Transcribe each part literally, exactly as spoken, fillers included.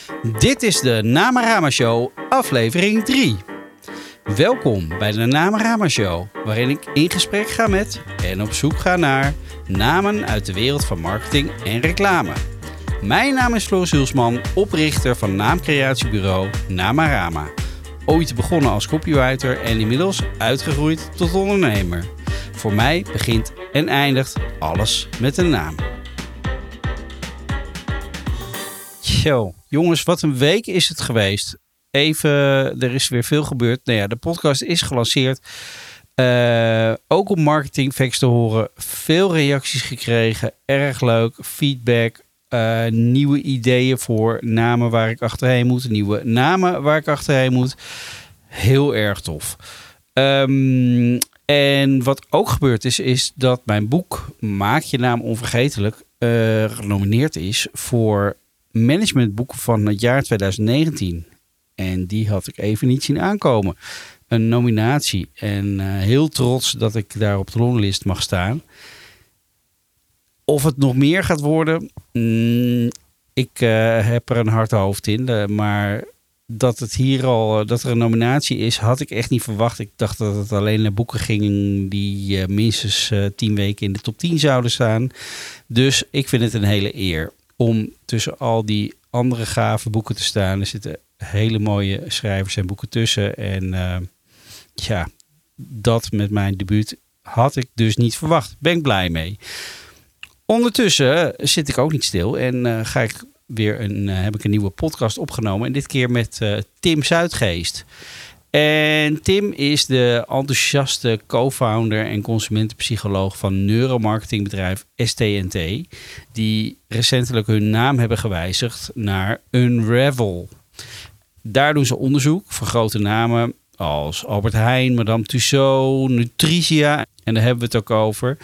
Dit is de Namarama Show, aflevering drie. Welkom bij de Namarama Show, waarin ik in gesprek ga met en op zoek ga naar namen uit de wereld van marketing en reclame. Mijn naam is Floris Hulsman, oprichter van naamcreatiebureau Namarama. Ooit begonnen als copywriter en inmiddels uitgegroeid tot ondernemer. Voor mij begint en eindigt alles met een naam. Zo, jongens, wat een week is het geweest. Even, er is weer veel gebeurd. Nou ja, de podcast is gelanceerd. Uh, ook op Marketing Facts te horen. Veel reacties gekregen. Erg leuk. Feedback. Uh, nieuwe ideeën voor namen waar ik achterheen moet. Nieuwe namen waar ik achterheen moet. Heel erg tof. Um, en wat ook gebeurd is, is dat mijn boek Maak je naam onvergetelijk uh, genomineerd is voor managementboeken van het jaar twintig negentien. En die had ik even niet zien aankomen. Een nominatie. En uh, heel trots dat ik daar op de longlist mag staan. Of het nog meer gaat worden, mm, ik uh, heb er een hard hoofd in. Uh, maar dat het hier al, uh, dat er een nominatie is, had ik echt niet verwacht. Ik dacht dat het alleen naar boeken ging die uh, minstens uh, tien weken in de top tien zouden staan. Dus ik vind het een hele eer om tussen al die andere gave boeken te staan. Er zitten hele mooie schrijvers en boeken tussen. En uh, ja, dat met mijn debuut had ik dus niet verwacht. Ben ik blij mee. Ondertussen zit ik ook niet stil en uh, ga ik weer een, uh, heb ik een nieuwe podcast opgenomen. En dit keer met uh, Tim Zuidgeest. En Tim is de enthousiaste co-founder en consumentenpsycholoog van neuromarketingbedrijf S T en T. Die recentelijk hun naam hebben gewijzigd naar Unravel. Daar doen ze onderzoek voor grote namen als Albert Heijn, Madame Tussauds, Nutricia. En daar hebben we het ook over.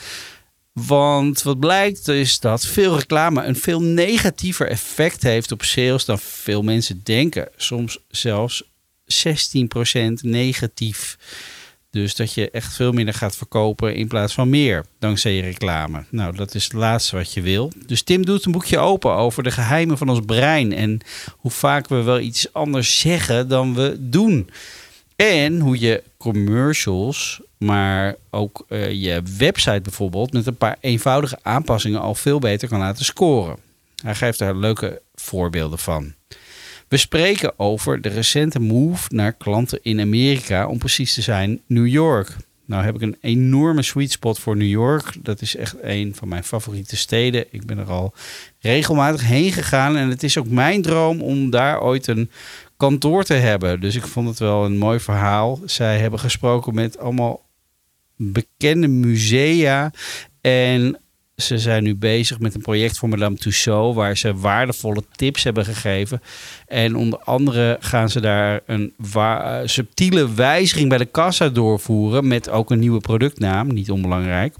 Want wat blijkt is dat veel reclame een veel negatiever effect heeft op sales dan veel mensen denken. Soms zelfs zestien procent negatief. Dus dat je echt veel minder gaat verkopen in plaats van meer dankzij je reclame. Nou, dat is het laatste wat je wil. Dus Tim doet een boekje open over de geheimen van ons brein. En hoe vaak we wel iets anders zeggen dan we doen. En hoe je commercials, maar ook uh, je website bijvoorbeeld, met een paar eenvoudige aanpassingen al veel beter kan laten scoren. Hij geeft daar leuke voorbeelden van. We spreken over de recente move naar klanten in Amerika, om precies te zijn New York. Nou heb ik een enorme sweet spot voor New York. Dat is echt een van mijn favoriete steden. Ik ben er al regelmatig heen gegaan en het is ook mijn droom om daar ooit een kantoor te hebben. Dus ik vond het wel een mooi verhaal. Zij hebben gesproken met allemaal bekende musea en ze zijn nu bezig met een project voor Madame Tussauds waar ze waardevolle tips hebben gegeven. En onder andere gaan ze daar een wa- subtiele wijziging bij de kassa doorvoeren met ook een nieuwe productnaam, niet onbelangrijk.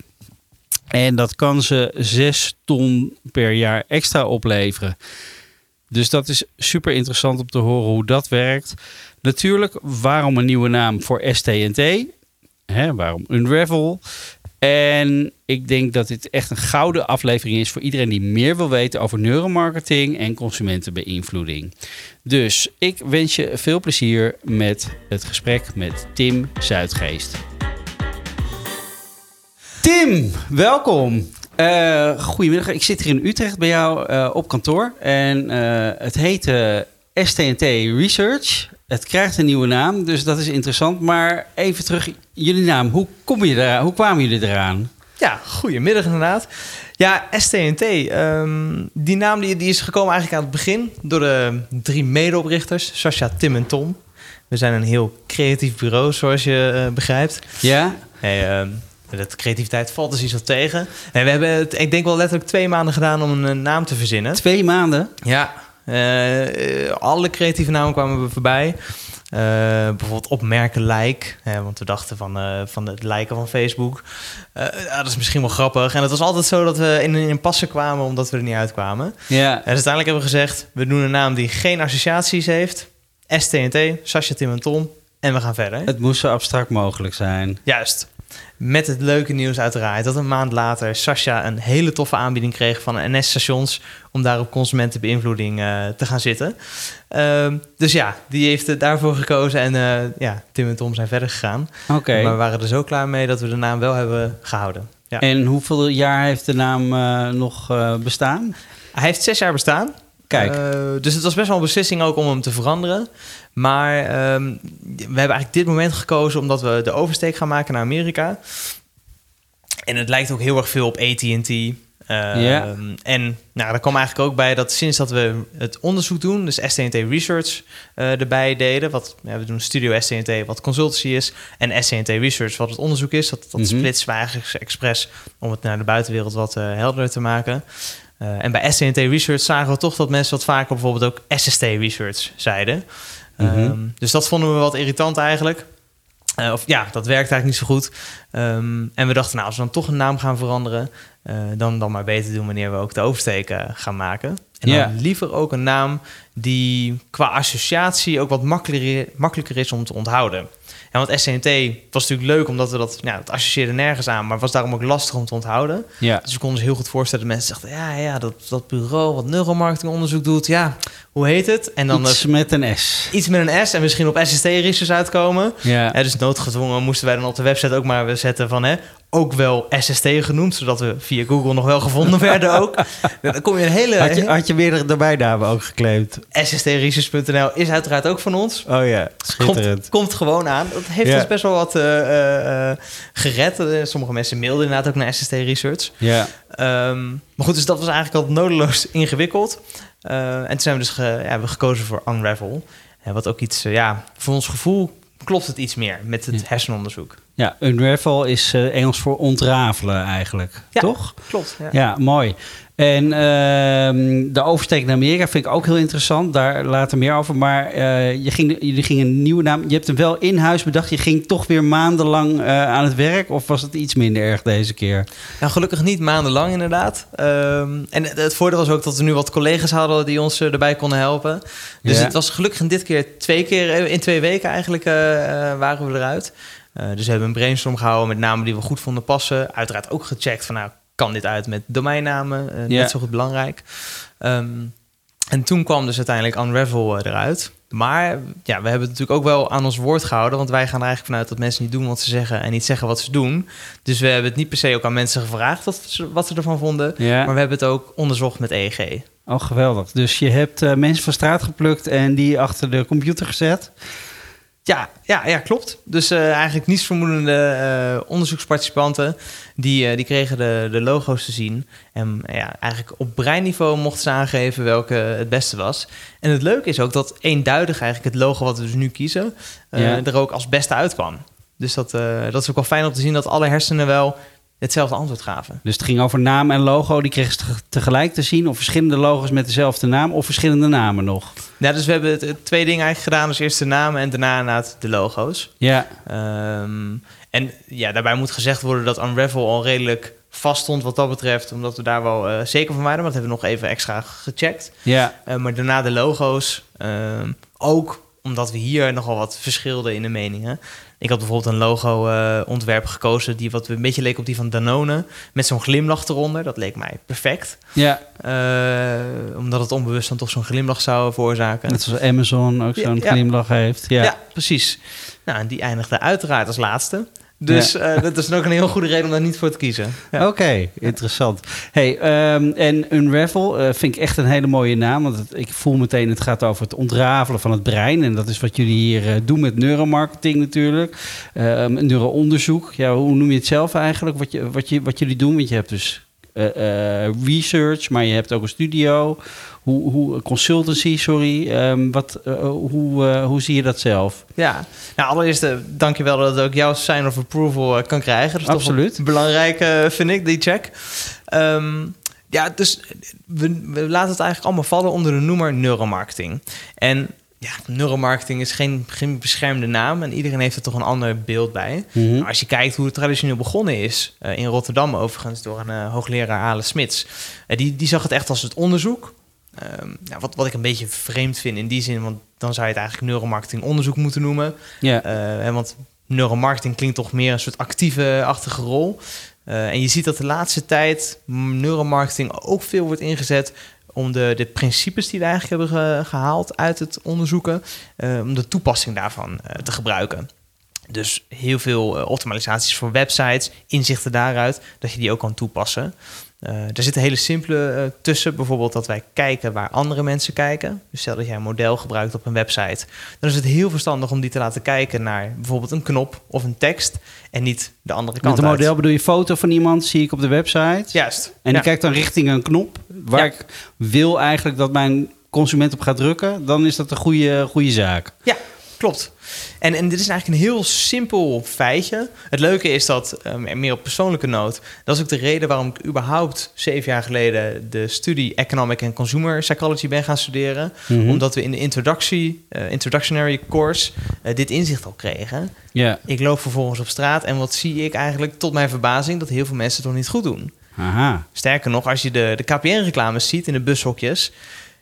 En dat kan ze zes ton per jaar extra opleveren. Dus dat is super interessant om te horen hoe dat werkt. Natuurlijk, waarom een nieuwe naam voor S T en T? Hè, waarom Unravel? En ik denk dat dit echt een gouden aflevering is voor iedereen die meer wil weten over neuromarketing en consumentenbeïnvloeding. Dus ik wens je veel plezier met het gesprek met Tim Zuidgeest. Tim, welkom. Uh, goedemiddag, ik zit hier in Utrecht bij jou uh, op kantoor. En uh, het heet uh, S T en T Research. Het krijgt een nieuwe naam, dus dat is interessant. Maar even terug, jullie naam. Hoe, kom je daar, hoe kwamen jullie eraan? Ja, goedemiddag inderdaad. Ja, S T en T. Um, die naam die, die is gekomen eigenlijk aan het begin door de drie medeoprichters, Sascha, Tim en Tom. We zijn een heel creatief bureau, zoals je uh, begrijpt. Ja? Hey, um, dat creativiteit valt dus iets wat tegen. Nee, we hebben het, ik denk wel letterlijk twee maanden gedaan om een naam te verzinnen. Twee maanden? Ja. Uh, alle creatieve namen kwamen we voorbij. Uh, bijvoorbeeld opmerken like. Uh, want we dachten van, uh, van het liken van Facebook. Uh, ja, dat is misschien wel grappig. En het was altijd zo dat we in een impasse kwamen omdat we er niet uitkwamen. Ja. En dus uiteindelijk hebben we gezegd, we doen een naam die geen associaties heeft. S T en T, Sascha, Tim en Tom. En we gaan verder. Het moest zo abstract mogelijk zijn. Juist. Met het leuke nieuws uiteraard dat een maand later Sascha een hele toffe aanbieding kreeg van N S-stations om daar op consumentenbeïnvloeding uh, te gaan zitten. Uh, dus ja, die heeft uh, daarvoor gekozen en uh, ja, Tim en Tom zijn verder gegaan. Oké. Okay. Maar we waren er zo klaar mee dat we de naam wel hebben gehouden. Ja. En hoeveel jaar heeft de naam uh, nog uh, bestaan? Hij heeft zes jaar bestaan. Kijk. Uh, dus het was best wel een beslissing ook om hem te veranderen. Maar um, we hebben eigenlijk dit moment gekozen omdat we de oversteek gaan maken naar Amerika. En het lijkt ook heel erg veel op A T en T. Uh, ja. En nou, daar kwam eigenlijk ook bij dat sinds dat we het onderzoek doen, dus S T en T Research uh, erbij deden. Wat, ja, we doen Studio S T en T, wat consultancy is. En S T en T Research, wat het onderzoek is. Dat, dat mm-hmm. splitsen we eigenlijk expres om het naar de buitenwereld wat uh, helderder te maken. Uh, en bij S T en T Research zagen we toch dat mensen wat vaker bijvoorbeeld ook S S T Research zeiden. Mm-hmm. Um, dus dat vonden we wat irritant eigenlijk. Uh, of ja, dat werkt eigenlijk niet zo goed. Um, en we dachten, nou, als we dan toch een naam gaan veranderen, uh, dan, dan maar beter doen wanneer we ook de oversteek uh, gaan maken. En dan yeah. liever ook een naam die qua associatie ook wat makkelijker, makkelijker is om te onthouden. Ja, want S T en T was natuurlijk leuk, omdat we dat, ja, het associeerde nergens aan, maar was daarom ook lastig om te onthouden. Ja. Dus we konden ons heel goed voorstellen dat mensen dachten, ja, ja, dat, dat bureau wat neuromarketingonderzoek doet, ja, hoe heet het? En dan iets uh, met een S. Iets met een S en misschien op S S T-research uitkomen. Ja. Ja, dus noodgedwongen moesten wij dan op de website ook maar zetten van, hè, ook wel S S T genoemd, zodat we via Google nog wel gevonden werden ook. Dan kom je een hele... Had je, had je weer de bijnamen ook geclaimd? S S T research punt n l is uiteraard ook van ons. Oh ja, schitterend. Komt, komt gewoon aan. Dat heeft ja. ons best wel wat uh, uh, gered. Uh, sommige mensen mailden inderdaad ook naar S S T Research. Ja. Um, maar goed, dus dat was eigenlijk al nodeloos ingewikkeld. Uh, en toen zijn we dus ge, ja, hebben we gekozen voor Unravel. Uh, wat ook iets, uh, ja, voor ons gevoel klopt het iets meer met het ja. hersenonderzoek. Ja, Unravel is uh, Engels voor ontrafelen eigenlijk, ja, toch? Klopt. Ja, ja mooi. En uh, de oversteek naar Amerika vind ik ook heel interessant. Daar later meer over. Maar uh, je ging, jullie gingen een nieuwe naam. Je hebt hem wel in huis bedacht. Je ging toch weer maandenlang uh, aan het werk? Of was het iets minder erg deze keer? Nou, gelukkig niet maandenlang inderdaad. Um, en het voordeel was ook dat we nu wat collega's hadden die ons uh, erbij konden helpen. Dus ja. het was gelukkig in dit keer twee keer, in twee weken eigenlijk uh, uh, waren we eruit. Uh, dus we hebben een brainstorm gehouden met namen die we goed vonden passen. Uiteraard ook gecheckt van, nou, kan dit uit met domeinnamen? Uh, ja. Net zo goed belangrijk. Um, en toen kwam dus uiteindelijk Unravel uh, eruit. Maar ja, we hebben het natuurlijk ook wel aan ons woord gehouden. Want wij gaan er eigenlijk vanuit dat mensen niet doen wat ze zeggen en niet zeggen wat ze doen. Dus we hebben het niet per se ook aan mensen gevraagd wat ze, wat ze ervan vonden. Ja. Maar we hebben het ook onderzocht met E E G. Oh, geweldig. Dus je hebt uh, mensen van straat geplukt en die achter de computer gezet? Ja, ja, ja, klopt. Dus uh, eigenlijk nietsvermoedende uh, onderzoeksparticipanten... die, uh, die kregen de, de logo's te zien. En uh, ja, eigenlijk op breinniveau mochten ze aangeven welke het beste was. En het leuke is ook dat eenduidig eigenlijk het logo wat we dus nu kiezen... Uh, ja. er ook als beste uitkwam. Dus dat, uh, dat is ook wel fijn om te zien dat alle hersenen wel... hetzelfde antwoord gaven. Dus het ging over naam en logo. Die kregen ze tegelijk te zien? Of verschillende logo's met dezelfde naam? Of verschillende namen nog? Ja, dus we hebben het, het twee dingen eigenlijk gedaan. Dus eerst de namen en daarna inderdaad de logo's. Ja. Um, en ja, daarbij moet gezegd worden dat Unravel al redelijk vast stond wat dat betreft. Omdat we daar wel uh, zeker van waren. Maar dat hebben we nog even extra gecheckt. Ja. Uh, maar daarna de logo's. Um, ook omdat we hier nogal wat verschilden in de meningen. Ik had bijvoorbeeld een logo-ontwerp uh, gekozen... die wat een beetje leek op die van Danone... met zo'n glimlach eronder. Dat leek mij perfect. Ja. Uh, omdat het onbewust dan toch zo'n glimlach zou veroorzaken. Net zoals Amazon ook zo'n ja, glimlach ja. heeft. Ja. ja, precies. Nou, en die eindigde uiteraard als laatste. Dus ja. uh, dat is ook een heel goede reden om daar niet voor te kiezen. Ja. Oké, okay, interessant. Hey, um, en Unravel uh, vind ik echt een hele mooie naam. Want het, ik voel meteen, het gaat over het ontrafelen van het brein. En dat is wat jullie hier uh, doen met neuromarketing natuurlijk. Uh, neuroonderzoek. Ja, hoe noem je het zelf eigenlijk? Wat, je, wat, je, wat jullie doen? Want je hebt dus uh, uh, research, maar je hebt ook een studio. Hoe, hoe, consultancy, sorry. Um, wat, uh, hoe, uh, hoe zie je dat zelf? Ja, nou allereerst uh, dank je wel dat het ook jouw sign of approval uh, kan krijgen. Dat is absoluut. Toch belangrijk, uh, vind ik, die check. Um, ja, dus we, we laten het eigenlijk allemaal vallen onder de noemer neuromarketing. En ja, neuromarketing is geen, geen beschermde naam en iedereen heeft er toch een ander beeld bij. Mm-hmm. Maar als je kijkt hoe het traditioneel begonnen is, uh, in Rotterdam overigens door een uh, hoogleraar Ale Smits, uh, die, die zag het echt als het onderzoek. Um, nou, wat, wat ik een beetje vreemd vind in die zin, want dan zou je het eigenlijk neuromarketing onderzoek moeten noemen. Ja. Uh, want neuromarketing klinkt toch meer een soort actieve-achtige rol. Uh, en je ziet dat de laatste tijd neuromarketing ook veel wordt ingezet om de, de principes die we eigenlijk hebben ge, gehaald uit het onderzoeken, uh, om de toepassing daarvan uh, te gebruiken. Dus heel veel uh, optimalisaties voor websites, inzichten daaruit, dat je die ook kan toepassen. Uh, er zitten hele simpele uh, tussen. Bijvoorbeeld dat wij kijken waar andere mensen kijken. Dus stel dat jij een model gebruikt op een website, dan is het heel verstandig om die te laten kijken naar bijvoorbeeld een knop of een tekst en niet de andere kant Met een model uit. bedoel je foto van iemand, zie ik op de website. Juist. En die ja. kijkt dan richting een knop waar Ja. ik wil eigenlijk dat mijn consument op gaat drukken. Dan is dat een goede, goede zaak. Ja, klopt. En, en dit is eigenlijk een heel simpel feitje. Het leuke is dat, um, meer op persoonlijke noot, dat is ook de reden waarom ik überhaupt zeven jaar geleden de studie Economic and Consumer Psychology ben gaan studeren. Mm-hmm. Omdat we in de introductie, uh, introductionary course uh, dit inzicht al kregen. Ja. Ik loop vervolgens op straat en wat zie ik eigenlijk tot mijn verbazing? Dat heel veel mensen het nog niet goed doen. Aha. Sterker nog, als je de, de K P N-reclames ziet in de bushokjes,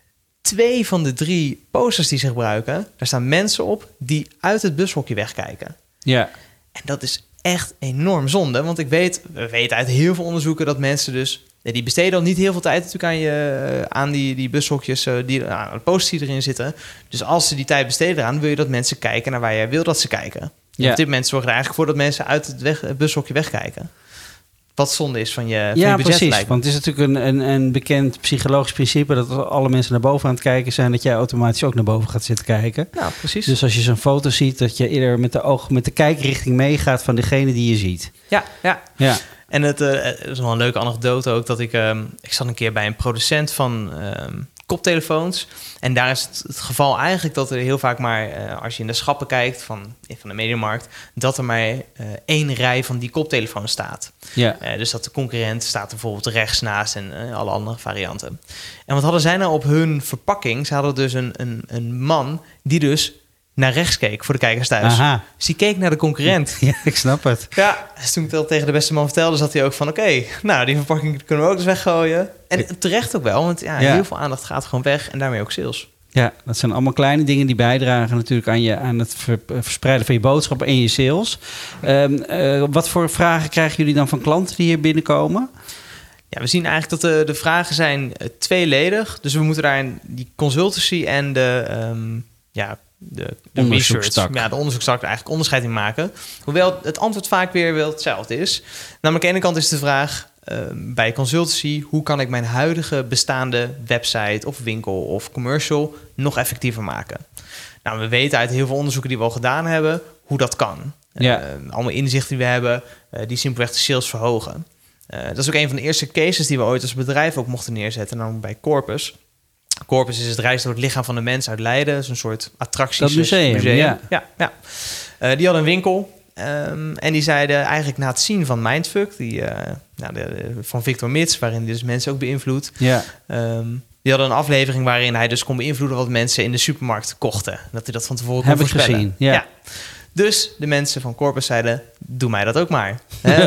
twee van de drie posters die ze gebruiken, daar staan mensen op die uit het bushokje wegkijken. Ja. En dat is echt enorm zonde, want ik weet, we weten uit heel veel onderzoeken dat mensen dus, die besteden al niet heel veel tijd natuurlijk aan, je, aan die, die bushokjes, die, aan de posters die erin zitten. Dus als ze die tijd besteden eraan, wil je dat mensen kijken naar waar jij wil dat ze kijken. Ja. Op dit moment zorgen er eigenlijk voor dat mensen uit het, weg, het bushokje wegkijken. Wat zonde is van je, van Ja, je budget. precies. Want het is natuurlijk een, een, een bekend psychologisch principe dat als alle mensen naar boven aan het kijken zijn, dat jij automatisch ook naar boven gaat zitten kijken. Nou, precies. Dus als je zo'n foto ziet, dat je eerder met de oog, met de kijkrichting meegaat van degene die je ziet. Ja, ja. Ja. En het, uh, het is wel een leuke anekdote ook, dat ik... Um, ik zat een keer bij een producent van um, koptelefoons. En daar is het, het geval eigenlijk dat er heel vaak maar, uh, als je in de schappen kijkt van, van de Mediamarkt, dat er maar uh, één rij van die koptelefoons staat. Ja. Uh, dus dat de concurrent staat er bijvoorbeeld rechts naast en uh, alle andere varianten. En wat hadden zij nou op hun verpakking? Ze hadden dus een, een, een man die dus naar rechts keek voor de kijkers thuis. Aha. Dus die keek naar de concurrent. Ja, ik snap het. Ja, dus toen ik dat tegen de beste man vertelde, zat hij ook van, oké, okay, nou, die verpakking kunnen we ook eens weggooien. En terecht ook wel, want ja, ja. heel veel aandacht gaat gewoon weg en daarmee ook sales. Ja, dat zijn allemaal kleine dingen die bijdragen natuurlijk aan, je, aan het verspreiden van je boodschappen en je sales. Um, uh, wat voor vragen krijgen jullie dan van klanten die hier binnenkomen? Ja, we zien eigenlijk dat de, de vragen zijn uh, tweeledig. Dus we moeten daar in die consultancy en de, um, ja, de, de research, ja, de onderzoekstak eigenlijk onderscheid in maken. Hoewel het antwoord vaak weer wel hetzelfde is. Namelijk aan de ene kant is de vraag uh, bij consultancy, hoe kan ik mijn huidige bestaande website of winkel of commercial nog effectiever maken? Nou, we weten uit heel veel onderzoeken die we al gedaan hebben hoe dat kan. Ja. Uh, allemaal inzichten die we hebben, uh, die simpelweg de sales verhogen. Uh, dat is ook een van de eerste cases die we ooit als bedrijf ook mochten neerzetten, namelijk bij Corpus. Corpus is het reis door het lichaam van de mens uit Leiden. Dat is een soort attractie. Dat museum, museum. ja. ja, ja. Uh, die hadden een winkel. Um, en die zeiden eigenlijk na het zien van Mindfuck, die, uh, nou, de, de, van Victor Mits, waarin hij dus mensen ook beïnvloedt. Ja. Um, die hadden een aflevering waarin hij dus kon beïnvloeden wat mensen in de supermarkt kochten. Dat hij dat van tevoren kon Heb ik voorspellen. gezien, ja. ja. Dus de mensen van Corpus zeiden, doe mij dat ook maar.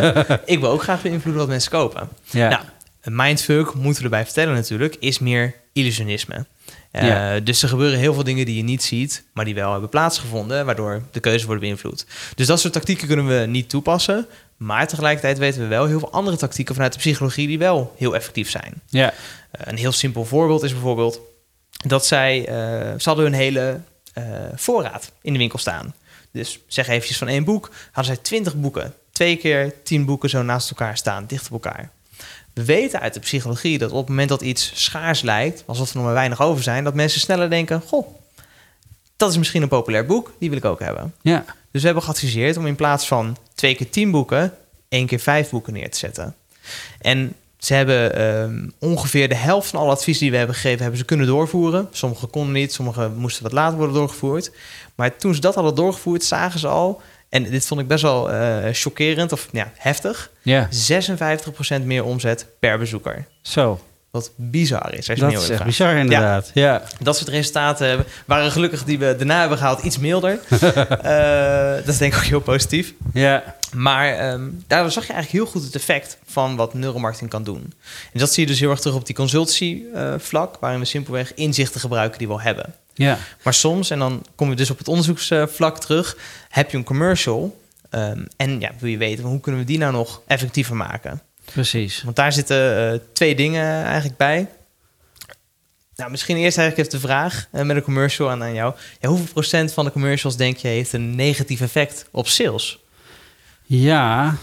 Ik wil ook graag beïnvloeden wat mensen kopen. Ja. Nou, een mindfuck, moeten we erbij vertellen natuurlijk, is meer illusionisme. Uh, ja. Dus er gebeuren heel veel dingen die je niet ziet, maar die wel hebben plaatsgevonden, waardoor de keuzes worden beïnvloed. Dus dat soort tactieken kunnen we niet toepassen. Maar tegelijkertijd weten we wel heel veel andere tactieken vanuit de psychologie die wel heel effectief zijn. Ja. Uh, een heel simpel voorbeeld is bijvoorbeeld dat zij, uh, ze hadden hun hele uh, voorraad in de winkel staan. Dus zeg eventjes van één boek, hadden zij twintig boeken. Twee keer tien boeken zo naast elkaar staan, dicht op elkaar. We weten uit de psychologie dat op het moment dat iets schaars lijkt, alsof er nog maar weinig over zijn, dat mensen sneller denken, goh, dat is misschien een populair boek, die wil ik ook hebben. Ja. Dus we hebben geadviseerd om in plaats van twee keer tien boeken, één keer vijf boeken neer te zetten. En ze hebben um, ongeveer de helft van alle adviezen die we hebben gegeven, hebben ze kunnen doorvoeren. Sommige konden niet, sommige moesten wat later worden doorgevoerd. Maar toen ze dat hadden doorgevoerd, zagen ze al, en dit vond ik best wel uh, chockerend of ja, heftig, ja. zesenvijftig procent meer omzet per bezoeker. Zo. Wat bizar is. Als je dat is echt bizar inderdaad. Ja. Ja. Dat soort resultaten waren gelukkig die we daarna hebben gehaald iets milder. uh, dat is denk ik ook heel positief. Ja. Maar um, daar zag je eigenlijk heel goed het effect van wat neuromarketing kan doen. En dat zie je dus heel erg terug op die consultancy uh, vlak, waarin we simpelweg inzichten gebruiken die we al hebben. Ja. Maar soms, en dan kom je dus op het onderzoeksvlak terug, heb je een commercial Um, en ja, wil je weten, hoe kunnen we die nou nog effectiever maken? Precies. Want daar zitten uh, twee dingen eigenlijk bij. Nou, misschien eerst eigenlijk even de vraag uh, met een commercial aan, aan jou. Ja, hoeveel procent van de commercials denk je heeft een negatief effect op sales? Ja,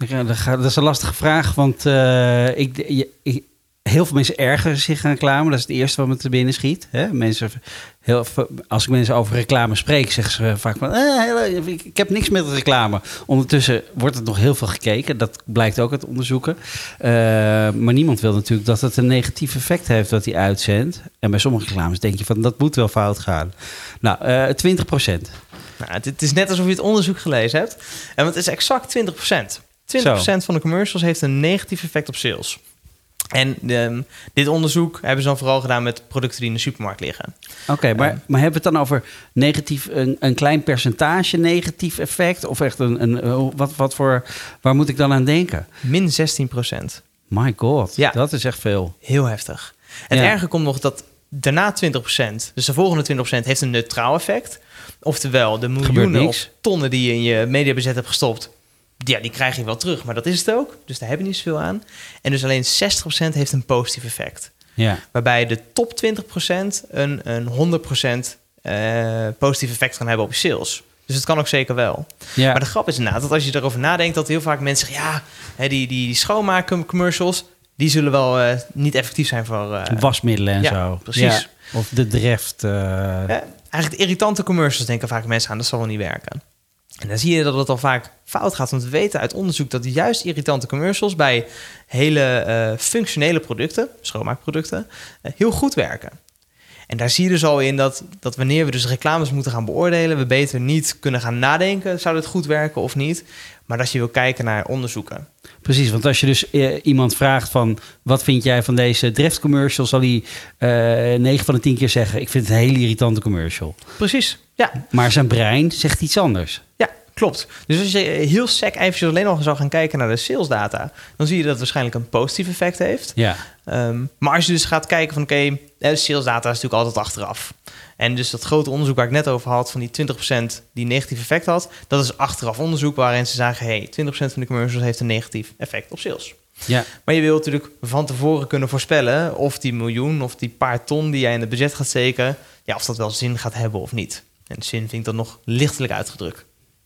dat is een lastige vraag, want uh, ik, ik, heel veel mensen ergeren zich aan reclame. Dat is het eerste wat me te binnen schiet. Hè? Mensen, heel, als ik mensen over reclame spreek, zeggen ze vaak van... Eh, ik heb niks met reclame. Ondertussen wordt het nog heel veel gekeken. Dat blijkt ook uit onderzoeken. Uh, maar niemand wil natuurlijk dat het een negatief effect heeft wat hij uitzendt. En bij sommige reclames denk je van, dat moet wel fout gaan. Nou, uh, twintig procent. Nou, het, het is net alsof je het onderzoek gelezen hebt. En het is exact twintig procent. twintig procent van de commercials heeft een negatief effect op sales. En um, dit onderzoek hebben ze dan vooral gedaan met producten die in de supermarkt liggen. Oké, okay, maar, uh, maar hebben we het dan over negatief, een, een klein percentage negatief effect? Of echt een, een wat, wat voor, waar moet ik dan aan denken? Min zestien procent. My god, ja. Dat is echt veel. Heel heftig. En ja. erger komt nog dat daarna twintig procent, dus de volgende twintig procent heeft een neutraal effect. Oftewel, de miljoenen of tonnen die je in je mediabudget hebt gestopt, ja, die krijg je wel terug, maar dat is het ook. Dus daar heb je niet zoveel aan. En dus alleen zestig procent heeft een positief effect. Ja. Waarbij de top twintig procent een, een honderd procent uh, positief effect kan hebben op je sales. Dus het kan ook zeker wel. Ja. Maar de grap is inderdaad dat als je erover nadenkt, dat heel vaak mensen zeggen, ja, hè, die, die, die schoonmaken commercials, die zullen wel uh, niet effectief zijn voor... Uh, wasmiddelen en ja, zo. Precies. Ja. Of de Dreft. Uh... Ja, eigenlijk de irritante commercials denken vaak mensen aan, dat zal wel niet werken. En dan zie je dat het al vaak fout gaat. Want we weten uit onderzoek dat juist irritante commercials bij hele uh, functionele producten, schoonmaakproducten, uh, heel goed werken. En daar zie je dus al in dat, dat wanneer we dus reclames moeten gaan beoordelen, we beter niet kunnen gaan nadenken, zou dit goed werken of niet? Maar dat je wil kijken naar onderzoeken. Precies, want als je dus uh, iemand vraagt van, wat vind jij van deze Dreft commercial, zal hij uh, negen van de tien keer zeggen, ik vind het een hele irritante commercial. Precies, ja. Maar zijn brein zegt iets anders. Ja, klopt. Dus als je heel sec eventjes alleen al zou gaan kijken naar de salesdata, dan zie je dat het waarschijnlijk een positief effect heeft. Ja. Um, maar als je dus gaat kijken van, oké, okay, de salesdata is natuurlijk altijd achteraf. En dus dat grote onderzoek waar ik net over had, van die twintig procent die een negatief effect had, dat is achteraf onderzoek waarin ze zagen, hey, twintig procent van de commercials heeft een negatief effect op sales. Ja. Maar je wilt natuurlijk van tevoren kunnen voorspellen of die miljoen of die paar ton die jij in het budget gaat steken, ja, of dat wel zin gaat hebben of niet. En zin vind ik dan nog lichtelijk uitgedrukt.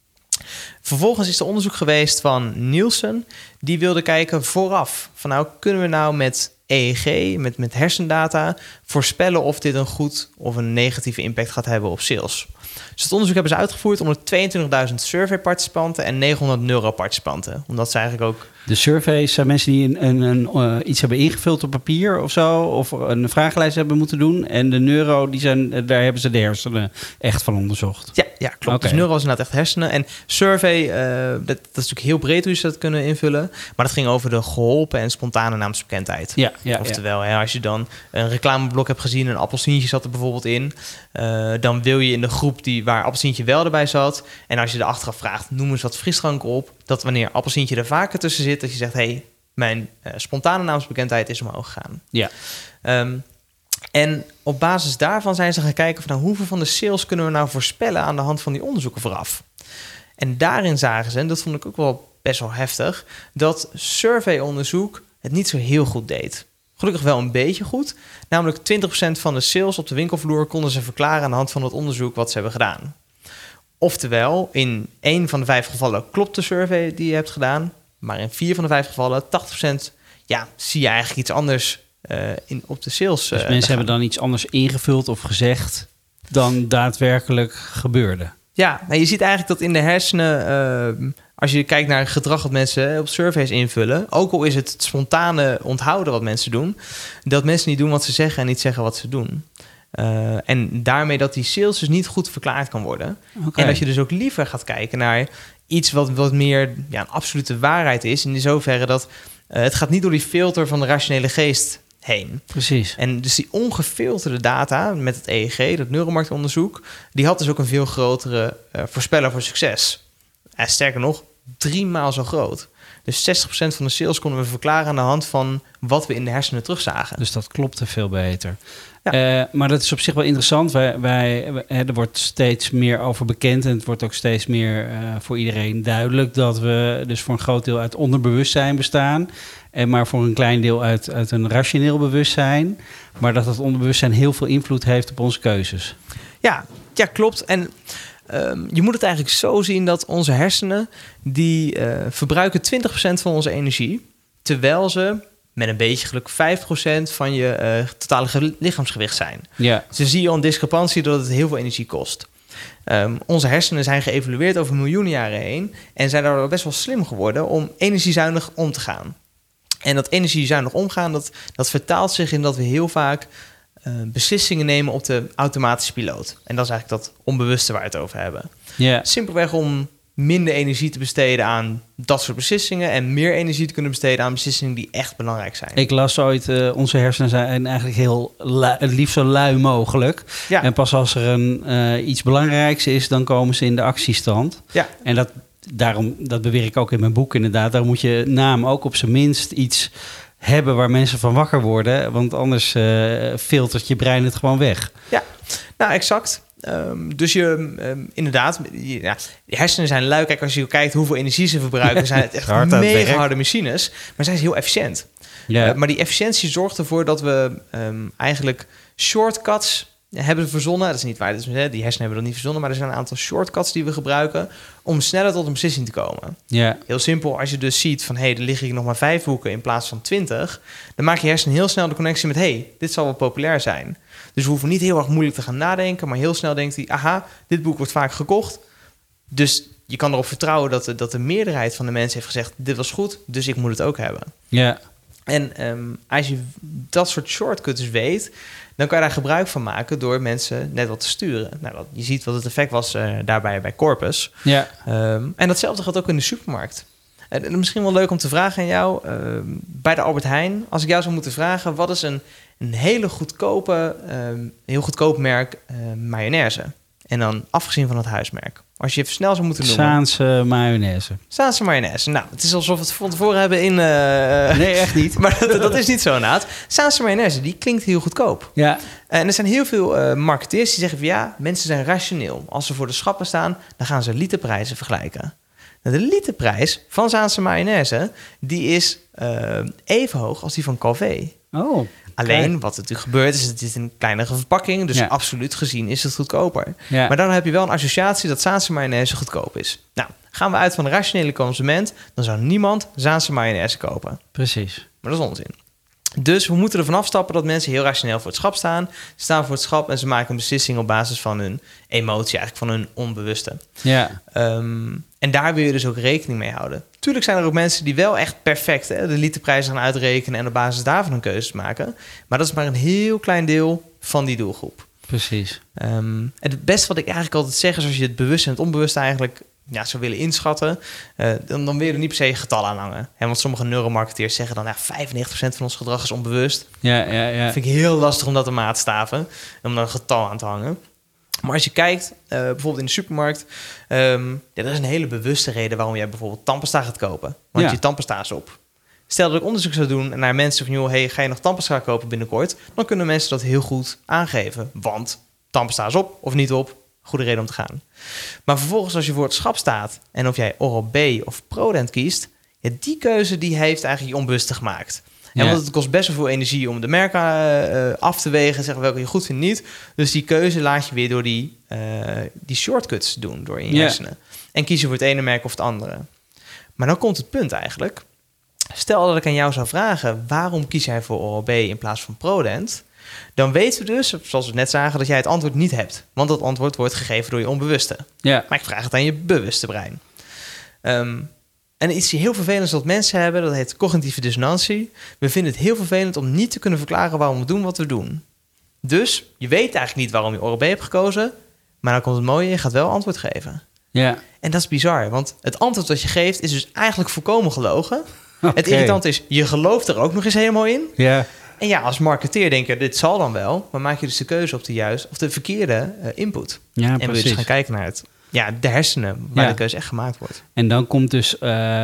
Vervolgens is er onderzoek geweest van Nielsen. Die wilde kijken vooraf. Van nou, kunnen we nou met E E G, met, met hersendata, voorspellen of dit een goed of een negatieve impact gaat hebben op sales. Dus het onderzoek hebben ze uitgevoerd onder tweeëntwintigduizend surveyparticipanten en negenhonderd neuroparticipanten. Omdat ze eigenlijk ook... De surveys zijn mensen die een, een, een, uh, iets hebben ingevuld op papier of zo, of een vragenlijst hebben moeten doen. En de neuro, die zijn, daar hebben ze de hersenen echt van onderzocht. Ja, ja klopt. Okay. Dus neuro is inderdaad echt hersenen. En survey, uh, dat, dat is natuurlijk heel breed hoe ze dat kunnen invullen. Maar dat ging over de geholpen en spontane naamsbekendheid. Ja, ja, Oftewel, ja. Hè, als je dan een reclameblok hebt gezien, een appelsientje zat er bijvoorbeeld in, uh, dan wil je in de groep die waar appelsientje wel erbij zat. En als je de achteraf vraagt, noem eens wat frisdranken op, dat wanneer appelsientje er vaker tussen zit, dat je zegt, hé, hey, mijn uh, spontane naamsbekendheid is omhoog gegaan. Ja. Um, en op basis daarvan zijn ze gaan kijken van, nou, hoeveel van de sales kunnen we nou voorspellen aan de hand van die onderzoeken vooraf. En daarin zagen ze, en dat vond ik ook wel best wel heftig, dat surveyonderzoek het niet zo heel goed deed. Gelukkig wel een beetje goed. Namelijk twintig procent van de sales op de winkelvloer konden ze verklaren aan de hand van het onderzoek wat ze hebben gedaan. Oftewel, in één van de vijf gevallen klopt de survey die je hebt gedaan. Maar in vier van de vijf gevallen, tachtig procent, ja, zie je eigenlijk iets anders uh, in, op de sales. Dus uh, mensen hebben dan iets anders ingevuld of gezegd dan daadwerkelijk gebeurde. Ja, nou, je ziet eigenlijk dat in de hersenen, uh, als je kijkt naar het gedrag dat mensen op surveys invullen, ook al is het het spontane onthouden wat mensen doen, dat mensen niet doen wat ze zeggen en niet zeggen wat ze doen. Uh, en daarmee dat die sales dus niet goed verklaard kan worden. Okay. En dat je dus ook liever gaat kijken naar iets wat, wat meer ja, een absolute waarheid is. In zoverre dat uh, het gaat niet door die filter van de rationele geest heen. Precies. En dus die ongefilterde data met het E E G, dat neuromarktonderzoek, die had dus ook een veel grotere uh, voorspeller voor succes. En sterker nog, drie maal zo groot. Dus zestig procent van de sales konden we verklaren aan de hand van wat we in de hersenen terugzagen. Dus dat klopte veel beter. Ja. Uh, maar dat is op zich wel interessant. Wij, wij, er wordt steeds meer over bekend en het wordt ook steeds meer uh, voor iedereen duidelijk dat we dus voor een groot deel uit onderbewustzijn bestaan. En maar voor een klein deel uit, uit een rationeel bewustzijn. Maar dat het onderbewustzijn heel veel invloed heeft op onze keuzes. Ja, ja klopt. En um, je moet het eigenlijk zo zien dat onze hersenen, die uh, verbruiken twintig procent van onze energie, terwijl ze met een beetje geluk vijf procent van je uh, totale ge- lichaamsgewicht zijn. Ja. Dus dan zie je al een discrepantie dat het heel veel energie kost. Um, onze hersenen zijn geëvolueerd over miljoenen jaren heen en zijn daardoor best wel slim geworden om energiezuinig om te gaan. En dat energiezuinig omgaan, dat, dat vertaalt zich in dat we heel vaak uh, beslissingen nemen op de automatische piloot. En dat is eigenlijk dat onbewuste waar we het over hebben. Ja. Simpelweg om minder energie te besteden aan dat soort beslissingen en meer energie te kunnen besteden aan beslissingen die echt belangrijk zijn. Ik las ooit, uh, onze hersenen zijn eigenlijk heel lui, het liefst zo lui mogelijk. Ja. En pas als er een, uh, iets belangrijks is, dan komen ze in de actiestand. Ja. En dat, daarom, dat beweer ik ook in mijn boek inderdaad. Daar moet je naam ook op zijn minst iets hebben waar mensen van wakker worden. Want anders uh, filtert je brein het gewoon weg. Ja, nou exact. Um, dus je, um, inderdaad, je, ja, de hersenen zijn lui. Kijk, als je kijkt hoeveel energie ze verbruiken, zijn het echt Hard mega harde machines. Maar zijn ze heel efficiënt. Ja. Uh, maar die efficiëntie zorgt ervoor dat we um, eigenlijk shortcuts hebben verzonnen. Dat is niet waar, dat is, hè, die hersenen hebben dat niet verzonnen. Maar er zijn een aantal shortcuts die we gebruiken om sneller tot een beslissing te komen. Ja. Heel simpel, als je dus ziet van, hé, hey, er liggen hier nog maar vijf boeken in plaats van twintig. Dan maak je hersenen heel snel de connectie met, hé, hey, dit zal wel populair zijn. Dus we hoeven niet heel erg moeilijk te gaan nadenken, maar heel snel denkt hij, aha, dit boek wordt vaak gekocht. Dus je kan erop vertrouwen dat de, dat de meerderheid van de mensen heeft gezegd, dit was goed, dus ik moet het ook hebben. Ja. En um, als je dat soort shortcuts weet, dan kan je daar gebruik van maken door mensen net wat te sturen. Nou, dat, je ziet wat het effect was uh, daarbij bij Corpus. Ja. Um, en datzelfde gaat ook in de supermarkt. En, en misschien wel leuk om te vragen aan jou, uh, bij de Albert Heijn, als ik jou zou moeten vragen, wat is een, een hele goedkope, um, heel goedkoop merk uh, mayonaise? En dan afgezien van het huismerk. Als je even snel zou moeten noemen. Saanse mayonaise. Saanse mayonaise. Nou, het is alsof we het van tevoren hebben in... Uh, nee, echt niet. Maar dat, dat is niet zo inderdaad. Saanse mayonaise, die klinkt heel goedkoop. Ja. En er zijn heel veel uh, marketeers die zeggen van ja, mensen zijn rationeel. Als ze voor de schappen staan, dan gaan ze literprijzen vergelijken. Nou, de literprijs van Saanse mayonaise, die is uh, even hoog als die van Calvé. Oh. Alleen, Kijk. wat er natuurlijk gebeurt, is het is een kleinere verpakking. Dus ja. absoluut gezien is het goedkoper. Ja. Maar dan heb je wel een associatie dat Saanse mayonaise goedkoop is. Nou, gaan we uit van de rationele consument, dan zou niemand Saanse mayonaise kopen. Precies. Maar dat is onzin. Dus we moeten ervan afstappen dat mensen heel rationeel voor het schap staan. Ze staan voor het schap en ze maken een beslissing op basis van hun emotie, eigenlijk van hun onbewuste. Ja. Um, en daar wil je dus ook rekening mee houden. Tuurlijk zijn er ook mensen die wel echt perfect hè, de literprijzen gaan uitrekenen en op basis daarvan een keuzes maken. Maar dat is maar een heel klein deel van die doelgroep. Precies. Um, en het beste wat ik eigenlijk altijd zeg is als je het bewust en het onbewust eigenlijk ja, zou willen inschatten, uh, dan, dan wil je er niet per se getallen aan hangen. En want sommige neuromarketeers zeggen dan ja, vijfennegentig procent van ons gedrag is onbewust. Ja, ja, ja. Dat vind ik heel lastig om dat te maatstaven, om daar een getal aan te hangen. Maar als je kijkt, uh, bijvoorbeeld in de supermarkt, um, ja, dat is een hele bewuste reden waarom jij bijvoorbeeld tandpasta gaat kopen. Want Ja. je tandpasta is op. Stel dat ik onderzoek zou doen naar mensen van, joh, hey, ga je nog tandpasta kopen binnenkort? Dan kunnen mensen dat heel goed aangeven. Want tandpasta is op of niet op, goede reden om te gaan. Maar vervolgens als je voor het schap staat en of jij Oral-B of Prodent kiest, ja, die keuze die heeft eigenlijk je onbewuste gemaakt. En Ja. want het kost best wel veel energie om de merken uh, af te wegen, zeggen welke je goed vindt niet. Dus die keuze laat je weer door die, uh, die shortcuts doen, door in je Ja. hersenen. En kies je voor het ene merk of het andere. Maar dan komt het punt eigenlijk. Stel dat ik aan jou zou vragen, waarom kies jij voor Oral-B in plaats van Prodent? Dan weten we dus, zoals we net zagen, dat jij het antwoord niet hebt. Want dat antwoord wordt gegeven door je onbewuste. Ja. Maar ik vraag het aan je bewuste brein. Um, en iets die heel vervelend is wat mensen hebben, dat heet cognitieve dissonantie. We vinden het heel vervelend om niet te kunnen verklaren waarom we doen wat we doen. Dus je weet eigenlijk niet waarom je Oral-B hebt gekozen, maar dan komt het mooie, je gaat wel antwoord geven. Ja. En dat is bizar, want het antwoord dat je geeft is dus eigenlijk volkomen gelogen. Okay. Het irritant is, je gelooft er ook nog eens helemaal in. Ja. En ja, als marketeer denk je, dit zal dan wel, maar maak je dus de keuze op de juiste of de verkeerde uh, input. Ja, en wil je precies. dus gaan kijken naar het ja, de hersenen waar Ja. de keuze echt gemaakt wordt. En dan komt dus,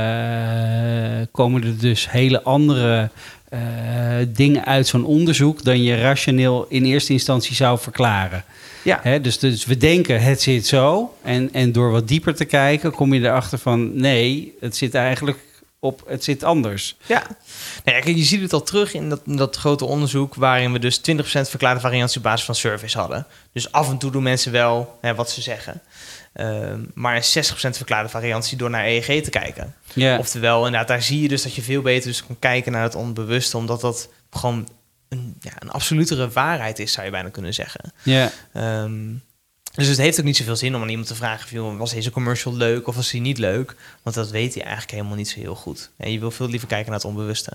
uh, komen er dus hele andere uh, dingen uit zo'n onderzoek dan je rationeel in eerste instantie zou verklaren. Ja. Hè, dus, dus we denken het zit zo. En, en door wat dieper te kijken kom je erachter van nee, het zit eigenlijk op, het zit anders. Ja, nou ja, kijk, je ziet het al terug in dat, dat grote onderzoek waarin we dus twintig procent verklaarde variantie op basis van surveys hadden. Dus af en toe doen mensen wel hè, wat ze zeggen. Uh, maar een zestig procent verklaarde variantie door naar E E G te kijken. Ja. Oftewel, inderdaad, daar zie je dus dat je veel beter dus kan kijken naar het onbewuste, omdat dat gewoon een, ja, een absolutere waarheid is, zou je bijna kunnen zeggen. Ja. Um, dus het heeft ook niet zoveel zin om aan iemand te vragen, joh, was deze commercial leuk of was die niet leuk? Want dat weet hij eigenlijk helemaal niet zo heel goed. En je wil veel liever kijken naar het onbewuste.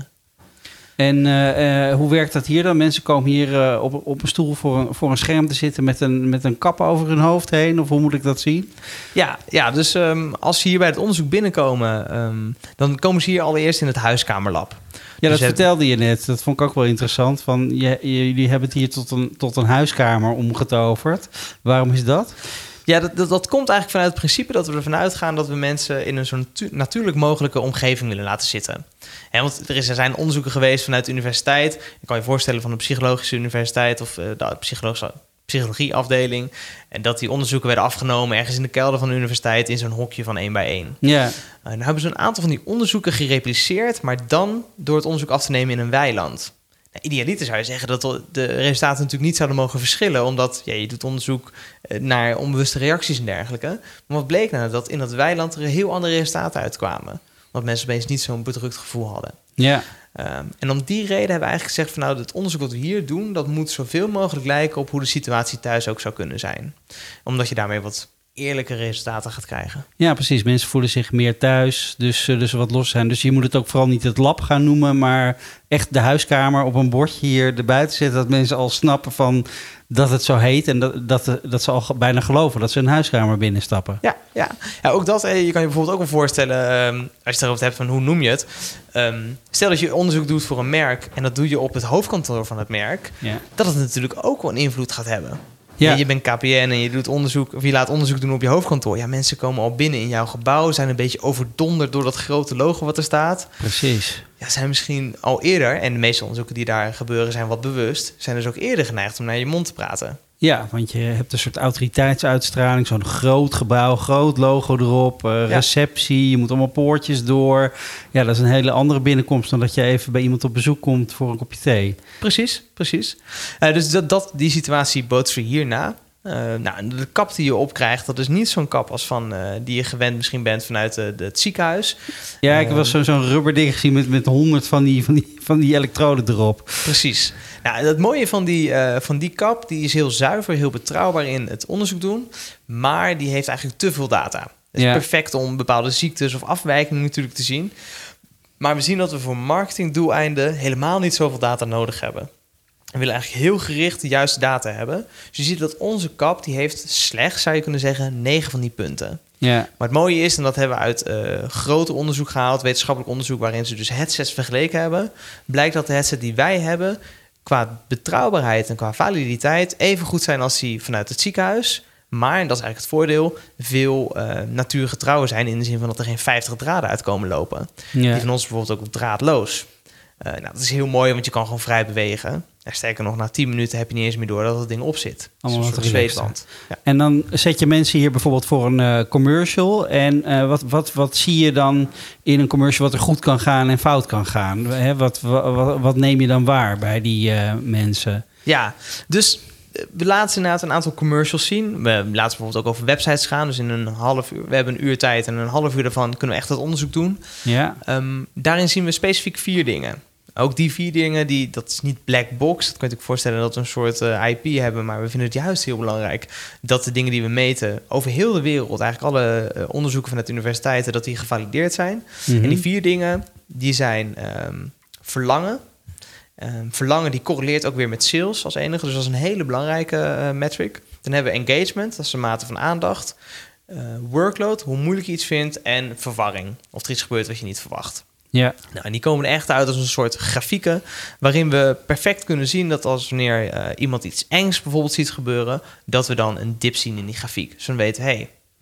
En uh, uh, hoe werkt dat hier dan? Mensen komen hier uh, op, op een stoel voor een, voor een scherm te zitten met een, met een kap over hun hoofd heen? Of hoe moet ik dat zien? Ja, ja dus um, als ze hier bij het onderzoek binnenkomen, um, dan komen ze hier allereerst in het huiskamerlab. Ja, dus dat het... vertelde je net. Dat vond ik ook wel interessant. Van, je, jullie hebben het hier tot een, tot een huiskamer omgetoverd. Waarom is dat? Ja, dat, dat, dat komt eigenlijk vanuit het principe dat we ervan uitgaan dat we mensen in een zo natu- natuurlijk mogelijke omgeving willen laten zitten. He, want er, is, er zijn onderzoeken geweest vanuit de universiteit. Je kan je voorstellen van de psychologische universiteit of uh, de psychologische psychologieafdeling. En dat die onderzoeken werden afgenomen ergens in de kelder van de universiteit in zo'n hokje van één bij één. Ja. Uh, dan hebben ze een aantal van die onderzoeken gerepliceerd, maar dan door het onderzoek af te nemen in een weiland. Idealiter zou je zeggen dat de resultaten natuurlijk niet zouden mogen verschillen, omdat ja, je doet onderzoek naar onbewuste reacties en dergelijke. Maar wat bleek nou? Dat in dat weiland er heel andere resultaten uitkwamen. Want mensen opeens niet zo'n bedrukt gevoel hadden. Ja. Um, en om die reden hebben we eigenlijk gezegd van nou, het onderzoek wat we hier doen, dat moet zoveel mogelijk lijken op hoe de situatie thuis ook zou kunnen zijn. Omdat je daarmee wat eerlijke resultaten gaat krijgen. Ja, precies. Mensen voelen zich meer thuis, dus, dus wat los zijn. Dus je moet het ook vooral niet het lab gaan noemen, maar echt de huiskamer op een bordje hier erbuiten zetten, dat mensen al snappen van dat het zo heet en dat, dat, dat ze al bijna geloven dat ze een huiskamer binnenstappen. Ja, ja. ja ook dat. Je kan je bijvoorbeeld ook wel voorstellen, um, als je het erover hebt van hoe noem je het. Um, stel dat je onderzoek doet voor een merk en dat doe je op het hoofdkantoor van het merk, ja. dat het natuurlijk ook wel een invloed gaat hebben. Ja. Ja, je bent K P N en je doet onderzoek, of je laat onderzoek doen op je hoofdkantoor. Ja, mensen komen al binnen in jouw gebouw, zijn een beetje overdonderd door dat grote logo wat er staat. Precies. Ja, zijn misschien al eerder, en de meeste onderzoeken die daar gebeuren zijn wat bewust, zijn dus ook eerder geneigd om naar je mond te praten. Ja, want je hebt een soort autoriteitsuitstraling, zo'n groot gebouw, groot logo erop, uh, receptie, ja. Je moet allemaal poortjes door. Ja, dat is een hele andere binnenkomst dan dat je even bij iemand op bezoek komt voor een kopje thee. Precies, precies. Uh, dus dat, dat, die situatie bootsen we hierna. Uh, nou, de kap die je opkrijgt, dat is niet zo'n kap als van uh, die je gewend misschien bent vanuit uh, het ziekenhuis. Ja, ik heb wel zo, zo'n rubberding gezien met met honderd van die, van die, van die elektroden erop. Precies. Nou, het mooie van die, uh, van die kap, die is heel zuiver, heel betrouwbaar in het onderzoek doen, maar die heeft eigenlijk te veel data. Het is ja. perfect om bepaalde ziektes of afwijkingen natuurlijk te zien. Maar we zien dat we voor marketingdoeleinden helemaal niet zoveel data nodig hebben. We willen eigenlijk heel gericht de juiste data hebben. Dus je ziet dat onze kap, die heeft slechts, zou je kunnen zeggen, negen van die punten. Ja. Maar het mooie is, en dat hebben we uit uh, grote onderzoek gehaald, wetenschappelijk onderzoek, waarin ze dus headsets vergeleken hebben, blijkt dat de headset die wij hebben qua betrouwbaarheid en qua validiteit even goed zijn als die vanuit het ziekenhuis. Maar, en dat is eigenlijk het voordeel, veel uh, natuurgetrouwen zijn in de zin van dat er geen vijftig draden uitkomen lopen. Ja. Die van ons bijvoorbeeld ook draadloos. Uh, nou, dat is heel mooi, want je kan gewoon vrij bewegen. En sterker nog, na tien minuten heb je niet eens meer door dat het ding op zit. Allemaal een soort zweetband. Ja. En dan zet je mensen hier bijvoorbeeld voor een uh, commercial. En uh, wat, wat, wat zie je dan in een commercial wat er goed kan gaan en fout kan gaan? Hè, wat, wat, wat neem je dan waar bij die uh, mensen? Ja, dus we laten inderdaad een aantal commercials zien. We laten bijvoorbeeld ook over websites gaan. Dus in een half uur, we hebben een uur tijd en een half uur daarvan kunnen we echt het onderzoek doen. Ja. Um, daarin zien we specifiek vier dingen. Ook die vier dingen, die, dat is niet black box. Dat kun je je voorstellen dat we een soort uh, I P hebben. Maar we vinden het juist heel belangrijk dat de dingen die we meten over heel de wereld, eigenlijk alle uh, onderzoeken vanuit de universiteiten, dat die gevalideerd zijn. Mm-hmm. En die vier dingen, die zijn um, verlangen. Um, verlangen die correleert ook weer met sales als enige. Dus dat is een hele belangrijke uh, metric. Dan hebben we engagement, dat is de mate van aandacht. Uh, workload, hoe moeilijk je iets vindt. En verwarring, of er iets gebeurt wat je niet verwacht. Ja. Nou, en die komen er echt uit als een soort grafieken, waarin we perfect kunnen zien dat als wanneer uh, iemand iets engs bijvoorbeeld ziet gebeuren, dat we dan een dip zien in die grafiek. Dus we weten, hey, dit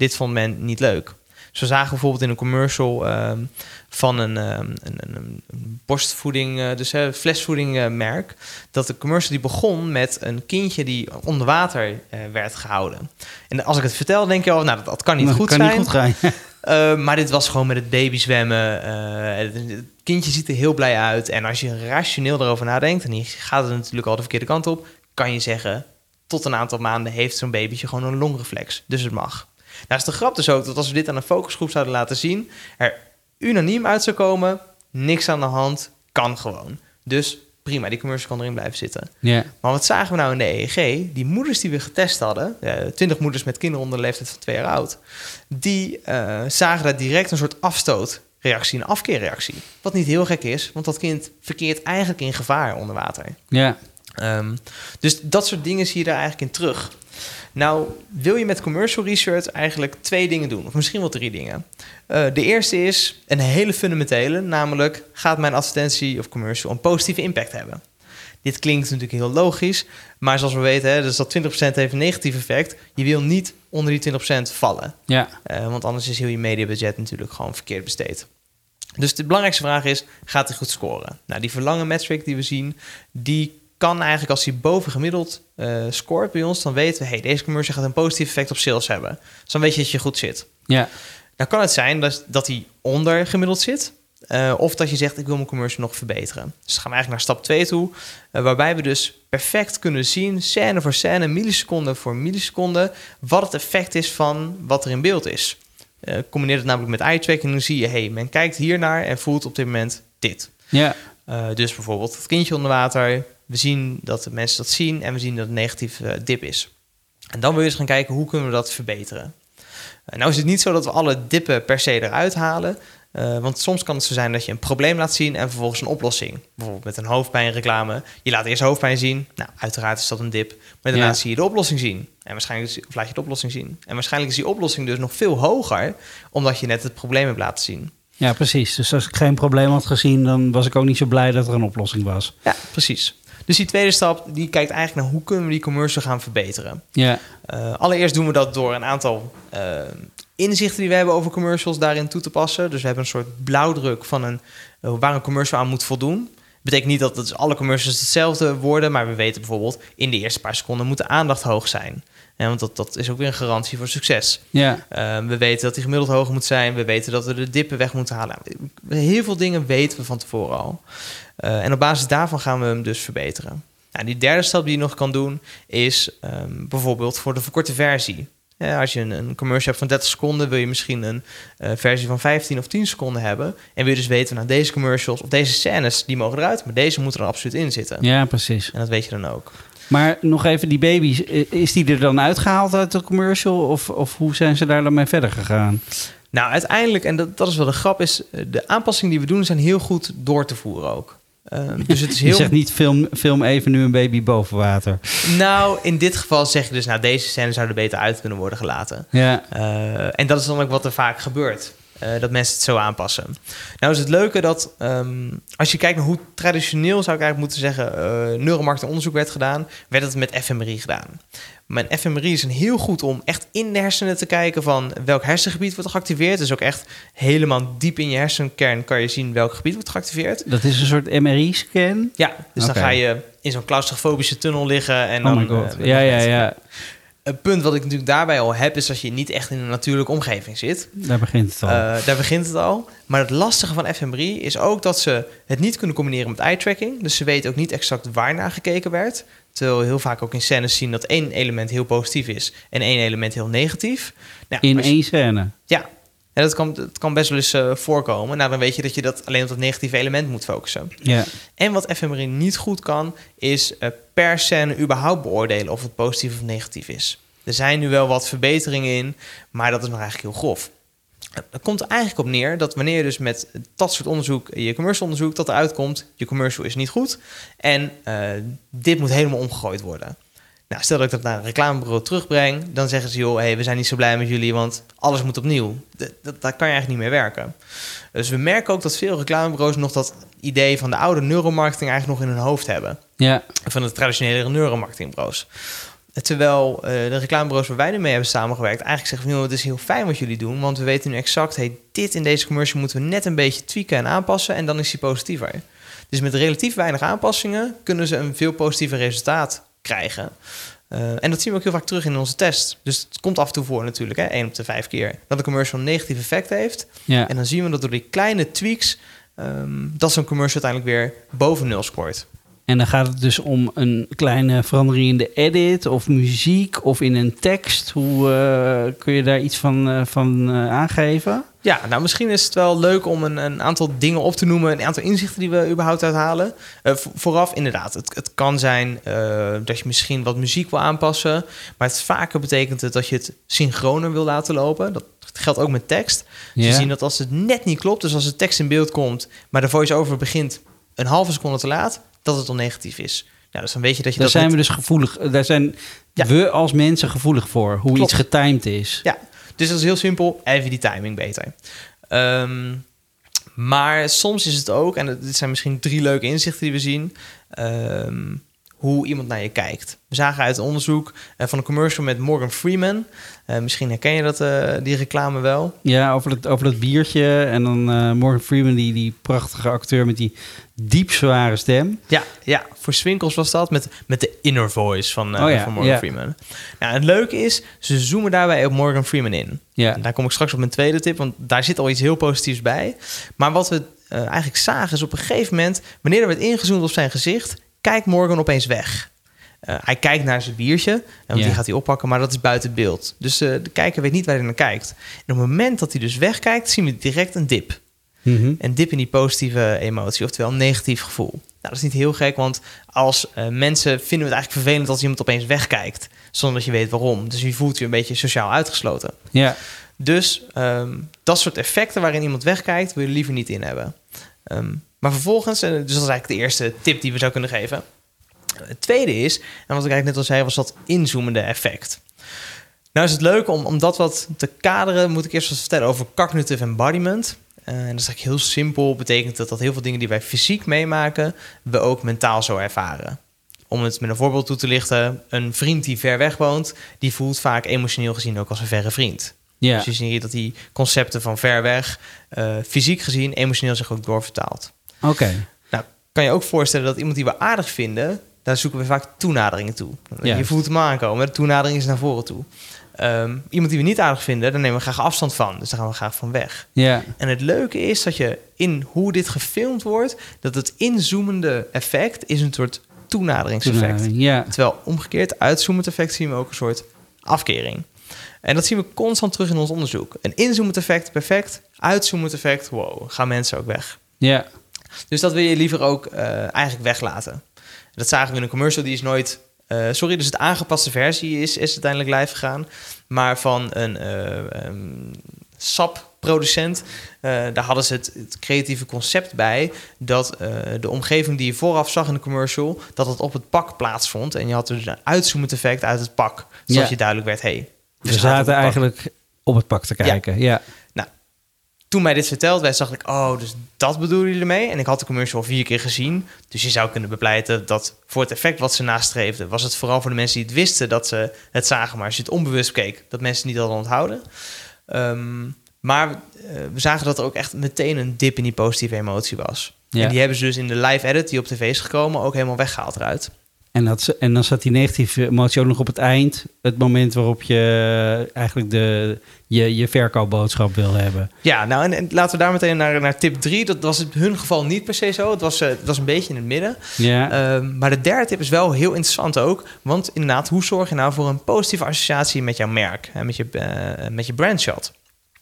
dit vond men niet leuk. Zo zagen we bijvoorbeeld in een commercial uh, van een, uh, een, een, een borstvoeding, uh, dus uh, flesvoeding uh, merk, dat de commercial die begon met een kindje die onder water uh, werd gehouden. En als ik het vertel, denk je al, nou, dat, dat kan niet dat goed kan zijn. Niet goed gaan. uh, maar dit was gewoon met het baby zwemmen. Uh, het, het kindje ziet er heel blij uit. En als je rationeel erover nadenkt, en hier gaat het natuurlijk al de verkeerde kant op, kan je zeggen, tot een aantal maanden heeft zo'n babytje gewoon een longreflex. Dus het mag. Nou is de grap dus ook dat als we dit aan een focusgroep zouden laten zien, er unaniem uit zou komen, niks aan de hand, kan gewoon. Dus prima, die commercial kan erin blijven zitten. Yeah. Maar wat zagen we nou in de E E G? Die moeders die we getest hadden, twintig moeders met kinderen onder de leeftijd van twee jaar oud, die uh, zagen daar direct een soort afstootreactie, een afkeerreactie. Wat niet heel gek is, want dat kind verkeert eigenlijk in gevaar onder water. Ja. Yeah. Um, dus dat soort dingen zie je daar eigenlijk in terug. Nou, wil je met commercial research eigenlijk twee dingen doen, of misschien wel drie dingen. Uh, de eerste is een hele fundamentele, namelijk gaat mijn advertentie of commercial een positieve impact hebben? Dit klinkt natuurlijk heel logisch, maar zoals we weten, hè, dus dat twintig procent heeft een negatief effect. Je wil niet onder die twintig procent vallen, ja. uh, want anders is heel je mediabudget natuurlijk gewoon verkeerd besteed. Dus de belangrijkste vraag is, gaat hij goed scoren? Nou, die verlangen metric die we zien, die kan eigenlijk als hij boven gemiddeld uh, scoort bij ons, dan weten we, hey, deze commercial gaat een positief effect op sales hebben. Dus dan weet je dat je goed zit. Ja. Dan kan het zijn dat, dat hij onder gemiddeld zit, uh, of dat je zegt, ik wil mijn commercial nog verbeteren. Dus dan gaan we eigenlijk naar stap twee toe, uh, waarbij we dus perfect kunnen zien, scène voor scène, milliseconde voor milliseconde, wat het effect is van wat er in beeld is. Uh, combineer het namelijk met eye-tracking en dan zie je, hey, men kijkt hiernaar en voelt op dit moment dit. Ja. Uh, dus bijvoorbeeld het kindje onder water. We zien dat de mensen dat zien en we zien dat het een negatieve uh, dip is. En dan wil je eens gaan kijken, hoe kunnen we dat verbeteren? Uh, nou is het niet zo dat we alle dippen per se eruit halen. Uh, want soms kan het zo zijn dat je een probleem laat zien en vervolgens een oplossing. Bijvoorbeeld met een hoofdpijnreclame. Je laat eerst hoofdpijn zien. Nou, uiteraard is dat een dip. Maar daarna ja. zie je de oplossing zien. En waarschijnlijk is, of laat je de oplossing zien. En waarschijnlijk is die oplossing dus nog veel hoger, omdat je net het probleem hebt laten zien. Ja, precies. Dus als ik geen probleem had gezien, dan was ik ook niet zo blij dat er een oplossing was. Ja, precies. Dus die tweede stap, die kijkt eigenlijk naar hoe kunnen we die commercial gaan verbeteren. Ja. Uh, allereerst doen we dat door een aantal uh, inzichten die we hebben over commercials daarin toe te passen. Dus we hebben een soort blauwdruk van een, uh, waar een commercial aan moet voldoen. Betekent niet dat het alle commercials hetzelfde worden, maar we weten bijvoorbeeld in de eerste paar seconden moet de aandacht hoog zijn. Ja, want dat, dat is ook weer een garantie voor succes. Ja. Uh, we weten dat die gemiddeld hoog moet zijn. We weten dat we de dippen weg moeten halen. Heel veel dingen weten we van tevoren al. Uh, en op basis daarvan gaan we hem dus verbeteren. Nou, die derde stap die je nog kan doen is um, bijvoorbeeld voor de verkorte versie. Ja, als je een, een commercial hebt van dertig seconden, wil je misschien een uh, versie van vijftien of tien seconden hebben. En wil je dus weten, nou, deze commercials of deze scènes, die mogen eruit, maar deze moeten er absoluut in zitten. Ja, precies. En dat weet je dan ook. Maar nog even die baby's, is die er dan uitgehaald uit de commercial? Of, of hoe zijn ze daar dan mee verder gegaan? Nou, uiteindelijk, en dat, dat is wel de grap, is de aanpassingen die we doen zijn heel goed door te voeren ook. Uh, dus het is heel... Je zegt niet, film, film even nu een baby boven water. Nou, in dit geval zeg je dus, nou, deze scène zouden beter uit kunnen worden gelaten. Ja. Uh, en dat is dan ook wat er vaak gebeurt. Uh, dat mensen het zo aanpassen. Nou is het leuke dat um, als je kijkt naar hoe traditioneel, zou ik eigenlijk moeten zeggen, uh, neuromarketingonderzoek werd gedaan, werd het met F M R I gedaan. Maar F M R I is een heel goed om echt in de hersenen te kijken van welk hersengebied wordt geactiveerd. Dus ook echt helemaal diep in je hersenkern kan je zien welk gebied wordt geactiveerd. Dat is een soort M R I-scan? Ja, dus okay. Dan ga je in zo'n claustrofobische tunnel liggen. En dan, oh my god, uh, ja, ja, ja. Het punt wat ik natuurlijk daarbij al heb, is dat je niet echt in een natuurlijke omgeving zit. Daar begint het al. Uh, daar begint het al. Maar het lastige van F M R I is ook dat ze het niet kunnen combineren met eye-tracking. Dus ze weten ook niet exact waar naar gekeken werd. Terwijl we heel vaak ook in scènes zien dat één element heel positief is en één element heel negatief. Nou, in je, één scène? Ja. En dat kan, dat kan best wel eens uh, voorkomen. Nou, dan weet je dat je dat alleen op dat negatieve element moet focussen. Ja. En wat F M R I niet goed kan, is uh, per scène überhaupt beoordelen of het positief of negatief is. Er zijn nu wel wat verbeteringen in, maar dat is nog eigenlijk heel grof. Het komt er eigenlijk op neer dat wanneer je dus met dat soort onderzoek je commercial onderzoekt, dat eruit komt, je commercial is niet goed en uh, dit moet helemaal omgegooid worden. Nou, stel dat ik dat naar een reclamebureau terugbreng, dan zeggen ze, joh, hey, we zijn niet zo blij met jullie, want alles moet opnieuw. Dat, dat, daar kan je eigenlijk niet mee werken. Dus we merken ook dat veel reclamebureaus nog dat idee van de oude neuromarketing eigenlijk nog in hun hoofd hebben. Ja. Van de traditionele neuromarketingbureaus. Terwijl uh, de reclamebureaus waar wij nu mee hebben samengewerkt eigenlijk zeggen van, joh, het is heel fijn wat jullie doen, want we weten nu exact, hey, dit in deze commercial moeten we net een beetje tweaken en aanpassen en dan is die positiever. Dus met relatief weinig aanpassingen kunnen ze een veel positiever resultaat krijgen. Uh, en dat zien we ook heel vaak terug in onze test. Dus het komt af en toe voor natuurlijk, hè, één op de vijf keer, dat een commercial een negatief effect heeft. Ja. En dan zien we dat door die kleine tweaks, um, dat zo'n commercial uiteindelijk weer boven nul scoort. En dan gaat het dus om een kleine verandering in de edit of muziek of in een tekst. Hoe uh, kun je daar iets van, uh, van uh, aangeven? Ja, nou misschien is het wel leuk om een, een aantal dingen op te noemen, een aantal inzichten die we überhaupt uithalen. Uh, vo- vooraf inderdaad, het, het kan zijn uh, dat je misschien wat muziek wil aanpassen, maar het vaker betekent het dat je het synchroner wil laten lopen. Dat geldt ook met tekst. Dus Ja. je ziet dat als het net niet klopt, dus als de tekst in beeld komt, maar de voice-over begint een halve seconde te laat, dat het al negatief is. Nou, dus dan weet je dat je Daar dat zijn we met... dus gevoelig. Daar zijn Ja. we als mensen gevoelig voor. Hoe Klopt. iets getimed is. Ja, dus dat is heel simpel. Even die timing beter. Um, maar soms is het ook, en dit zijn misschien drie leuke inzichten die we zien, um, hoe iemand naar je kijkt. We zagen uit onderzoek uh, van een commercial met Morgan Freeman. Uh, misschien herken je dat, uh, die reclame wel. Ja, over dat, over dat biertje. En dan uh, Morgan Freeman, die, die prachtige acteur met die diepzware stem. Ja, ja, voor Swinkels was dat met, met de inner voice van, uh, Oh ja, van Morgan ja. Freeman. Nou, het leuke is, ze zoomen daarbij op Morgan Freeman in. Ja. En daar kom ik straks op mijn tweede tip, want daar zit al iets heel positiefs bij. Maar wat we uh, eigenlijk zagen is op een gegeven moment, wanneer er werd ingezoomd op zijn gezicht, kijkt Morgan opeens weg. Uh, hij kijkt naar zijn biertje, en Ja. die gaat hij oppakken, maar dat is buiten beeld. Dus uh, de kijker weet niet waar hij naar kijkt. En op het moment dat hij dus wegkijkt, zien we direct een dip. Mm-hmm. Een dip in die positieve emotie, oftewel een negatief gevoel. Nou, dat is niet heel gek, want als uh, mensen vinden we het eigenlijk vervelend als iemand opeens wegkijkt, zonder dat je weet waarom. Dus je voelt je een beetje sociaal uitgesloten. Ja. Dus um, dat soort effecten waarin iemand wegkijkt, wil je liever niet in hebben. Um, maar vervolgens, uh, dus dat is eigenlijk de eerste tip die we zou kunnen geven. Het tweede is, en wat ik eigenlijk net al zei, was dat inzoomende effect. Nou is het leuk om, om dat wat te kaderen, moet ik eerst wat vertellen over cognitive embodiment. Uh, en dat is eigenlijk heel simpel, betekent dat dat heel veel dingen die wij fysiek meemaken, we ook mentaal zo ervaren. Om het met een voorbeeld toe te lichten, een vriend die ver weg woont, die voelt vaak emotioneel gezien ook als een verre vriend. Ja. Dus je ziet hier dat die concepten van ver weg, uh, fysiek gezien, emotioneel zich ook doorvertaalt. Oké. Okay. Nou, kan je ook voorstellen dat iemand die we aardig vinden, daar zoeken we vaak toenaderingen toe. Juist. Je voelt hem aankomen, de toenadering is naar voren toe. Um, iemand die we niet aardig vinden, daar nemen we graag afstand van. Dus daar gaan we graag van weg. Ja. En het leuke is dat je in hoe dit gefilmd wordt, dat het inzoomende effect is een soort toenaderingseffect. Toenadering, ja. Terwijl omgekeerd, uitzoomend effect zien we ook een soort afkering. En dat zien we constant terug in ons onderzoek. Een inzoomend effect, perfect. Uitzoomend effect, wow, gaan mensen ook weg. Ja. Dus dat wil je liever ook uh, eigenlijk weglaten. Dat zagen we in een commercial, die is nooit... Uh, sorry, dus het aangepaste versie is, is uiteindelijk live gegaan. Maar van een uh, um, sapproducent, uh, daar hadden ze het, het creatieve concept bij, dat uh, de omgeving die je vooraf zag in de commercial, dat het op het pak plaatsvond. En je had dus een uitzoomend effect uit het pak. Zodat Ja. je duidelijk werd, hey, We, we zaten eigenlijk op het pak te kijken. Ja. ja. Nou, toen mij dit verteld werd, zag ik, oh, dus dat bedoelen jullie ermee? En ik had de commercial al vier keer gezien. Dus je zou kunnen bepleiten dat voor het effect wat ze nastreefden, was het vooral voor de mensen die het wisten dat ze het zagen. Maar als je het onbewust keek, dat mensen het niet hadden onthouden. Um, maar uh, we zagen dat er ook echt meteen een dip in die positieve emotie was. Ja. En die hebben ze dus in de live edit die op tv is gekomen ook helemaal weggehaald eruit. En, dat, en dan zat die negatieve emotie ook nog op het eind. Het moment waarop je eigenlijk de, je, je verkoopboodschap wil hebben. Ja, nou en, en laten we daar meteen naar, naar tip drie. Dat was in hun geval niet per se zo. Het was, uh, het was een beetje in het midden. Ja. Uh, maar de derde tip is wel heel interessant ook. Want inderdaad, hoe zorg je nou voor een positieve associatie met jouw merk? Hè, met je, uh, met je brandshot?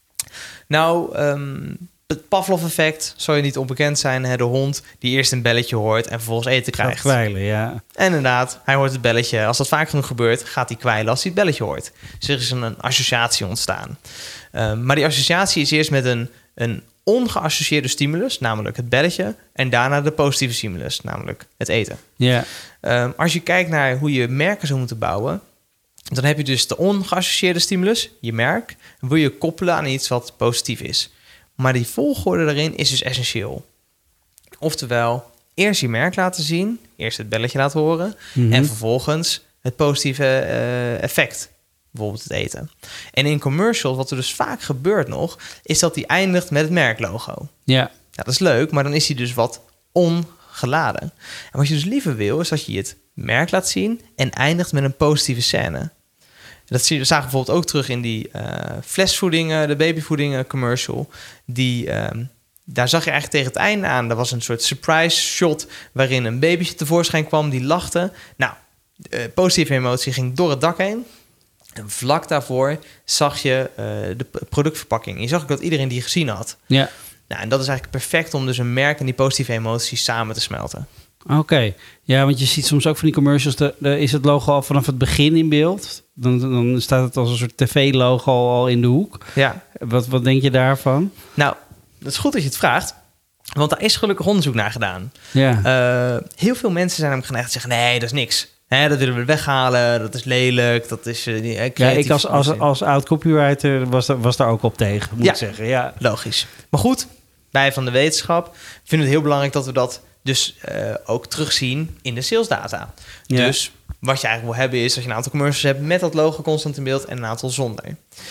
Nou, um, het Pavlov-effect zou je niet onbekend zijn. Hè? De hond die eerst een belletje hoort en vervolgens eten krijgt. Gaat kwijlen, ja. En inderdaad, hij hoort het belletje. Als dat vaak genoeg gebeurt, gaat hij kwijlen als hij het belletje hoort. Dus er is een, een associatie ontstaan. Uh, maar die associatie is eerst met een, een ongeassocieerde stimulus, namelijk het belletje. En daarna de positieve stimulus, namelijk het eten. Ja. Uh, als je kijkt naar hoe je merken zou moeten bouwen, dan heb je dus de ongeassocieerde stimulus, je merk, en wil je koppelen aan iets wat positief is. Maar die volgorde daarin is dus essentieel. Oftewel, eerst je merk laten zien, eerst het belletje laten horen, mm-hmm. en vervolgens het positieve uh, effect. Bijvoorbeeld het eten. En in commercials, wat er dus vaak gebeurt nog, is dat die eindigt met het merklogo. Ja. Ja, dat is leuk, maar dan is die dus wat ongeladen. En wat je dus liever wil, is dat je het merk laat zien en eindigt met een positieve scène. Dat zie je, zagen we bijvoorbeeld ook terug in die uh, flesvoeding, de babyvoeding commercial. Die, uh, daar zag je eigenlijk tegen het einde aan. Er was een soort surprise shot waarin een babytje tevoorschijn kwam, die lachte. Nou, uh, positieve emotie ging door het dak heen. En vlak daarvoor zag je uh, de productverpakking. Je zag ook dat iedereen die gezien had. Ja. Nou, en dat is eigenlijk perfect om dus een merk en die positieve emoties samen te smelten. Oké, okay. Ja, want je ziet soms ook van die commercials, de, de, is het logo al vanaf het begin in beeld? Dan, dan staat het als een soort tv-logo al in de hoek. Ja. Wat, wat denk je daarvan? Nou, dat is goed dat je het vraagt, want daar is gelukkig onderzoek naar gedaan. Ja. Uh, heel veel mensen zijn hem geneigd te zeggen, nee, dat is niks. Hè, dat willen we weghalen, dat is lelijk, dat is... Uh, ja, ik als, als, als oud-copywriter was, was daar ook op tegen, moet ja, ik zeggen. Ja, logisch. Maar goed, wij van de wetenschap vinden het heel belangrijk dat we dat dus uh, ook terugzien in de salesdata. Ja. Dus wat je eigenlijk wil hebben is dat je een aantal commercials hebt met dat logo constant in beeld en een aantal zonder.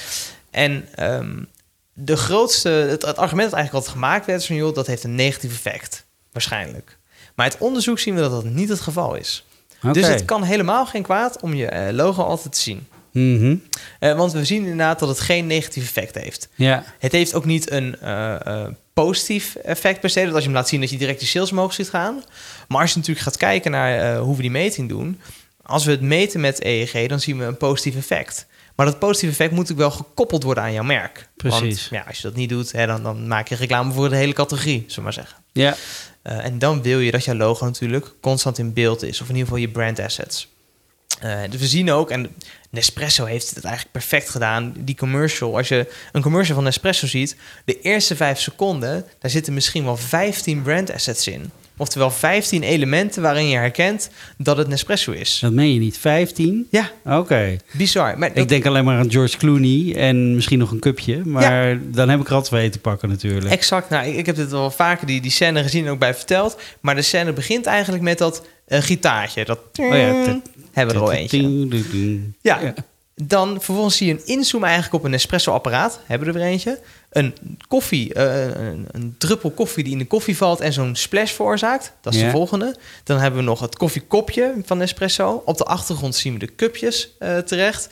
En um, de grootste, het, het argument dat eigenlijk altijd gemaakt werd is van, joh, dat heeft een negatief effect, waarschijnlijk. Maar uit onderzoek zien we dat dat niet het geval is. Okay. Dus het kan helemaal geen kwaad om je uh, logo altijd te zien. Mm-hmm. Uh, want we zien inderdaad dat het geen negatief effect heeft. Ja. Het heeft ook niet een uh, uh, positief effect per se. Dat als je hem laat zien dat je direct je sales omhoog ziet gaan. Maar als je natuurlijk gaat kijken naar uh, hoe we die meting doen. Als we het meten met E E G, dan zien we een positief effect. Maar dat positieve effect moet ook wel gekoppeld worden aan jouw merk. Precies. Want ja, als je dat niet doet, hè, dan, dan maak je reclame voor de hele categorie, zullen we maar zeggen. Ja. Uh, en dan wil je dat jouw logo natuurlijk constant in beeld is. Of in ieder geval je brand assets. Uh, dus we zien ook, en Nespresso heeft het eigenlijk perfect gedaan. Die commercial, als je een commercial van Nespresso ziet, de eerste vijf seconden, daar zitten misschien wel vijftien brand assets in. Oftewel vijftien elementen waarin je herkent dat het Nespresso is. Dat meen je niet, vijftien? Ja. Oké. Okay. Bizar. Maar ik dat... denk alleen maar aan George Clooney en misschien nog een cupje. Maar ja. Dan heb ik er al twee te pakken natuurlijk. Exact. Nou, ik, ik heb dit wel vaker die, die scène gezien en ook bij verteld. Maar de scène begint eigenlijk met dat uh, gitaartje. Dat oh ja, te, hebben we er al eentje. Te, te, te, ja. ja. Dan vervolgens zie je een inzoom eigenlijk op een Nespresso-apparaat. Hebben we er weer eentje. Een koffie, uh, een, een druppel koffie die in de koffie valt en zo'n splash veroorzaakt. Dat is ja. de volgende. Dan hebben we nog het koffiekopje van Nespresso. Op de achtergrond zien we de cupjes uh, terecht.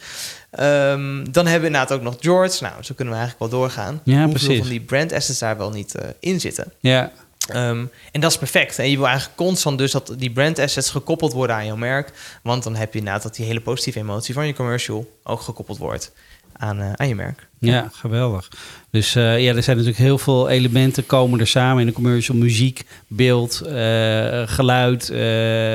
Um, dan hebben we inderdaad ook nog George. Nou, zo kunnen we eigenlijk wel doorgaan. Ja, Hoeveel precies. van die brand assets daar wel niet uh, in zitten. Ja. Um, en dat is perfect. En je wil eigenlijk constant dus dat die brand assets gekoppeld worden aan jouw merk. Want dan heb je inderdaad dat die hele positieve emotie van je commercial ook gekoppeld wordt aan, uh, aan je merk. Ja, geweldig. Dus uh, ja, er zijn natuurlijk heel veel elementen komen er samen in de commercial. Muziek, beeld, uh, geluid, uh,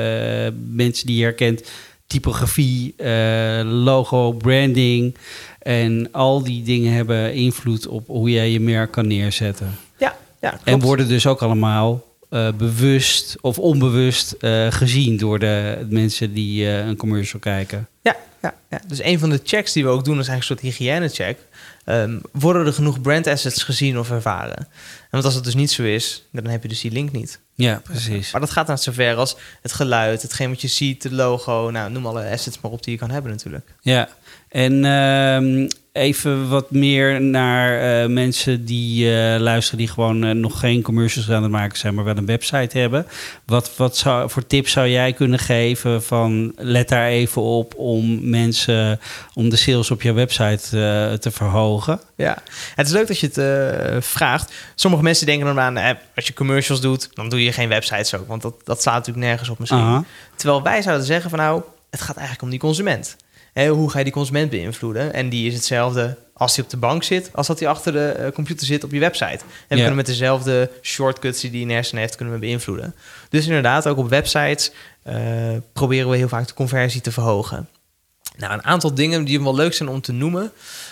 mensen die je herkent, typografie, uh, logo, branding. En al die dingen hebben invloed op hoe jij je merk kan neerzetten. Ja. Ja, klopt. En worden dus ook allemaal uh, bewust of onbewust uh, gezien door de mensen die uh, een commercial kijken. Ja, ja, ja, dus een van de checks die we ook doen is eigenlijk een soort hygiënecheck. Um, worden er genoeg brand assets gezien of ervaren? En want als dat dus niet zo is, dan heb je dus die link niet. Ja, precies. Maar dat gaat dan zover als het geluid, hetgeen wat je ziet, het logo. Nou, noem alle assets maar op die je kan hebben natuurlijk. Ja, en uh, even wat meer naar uh, mensen die uh, luisteren... die gewoon uh, nog geen commercials aan het maken zijn, maar wel een website hebben. Wat, wat zou, voor tips zou jij kunnen geven van... let daar even op om mensen... om de sales op je website uh, te verhogen? Ja, het is leuk dat je het uh, vraagt. Sommige mensen denken dan aan... Eh, als je commercials doet, dan doe je geen websites ook. Want dat, dat slaat natuurlijk nergens op misschien. Uh-huh. Terwijl wij zouden zeggen van nou... het gaat eigenlijk om die consument. He, hoe ga je die consument beïnvloeden? En die is hetzelfde als hij op de bank zit... als dat hij achter de uh, computer zit op je website. En we yeah. kunnen met dezelfde shortcuts die hij in hersenen heeft... kunnen we beïnvloeden. Dus inderdaad, ook op websites... Uh, proberen we heel vaak de conversie te verhogen. Nou, een aantal dingen die wel leuk zijn om te noemen...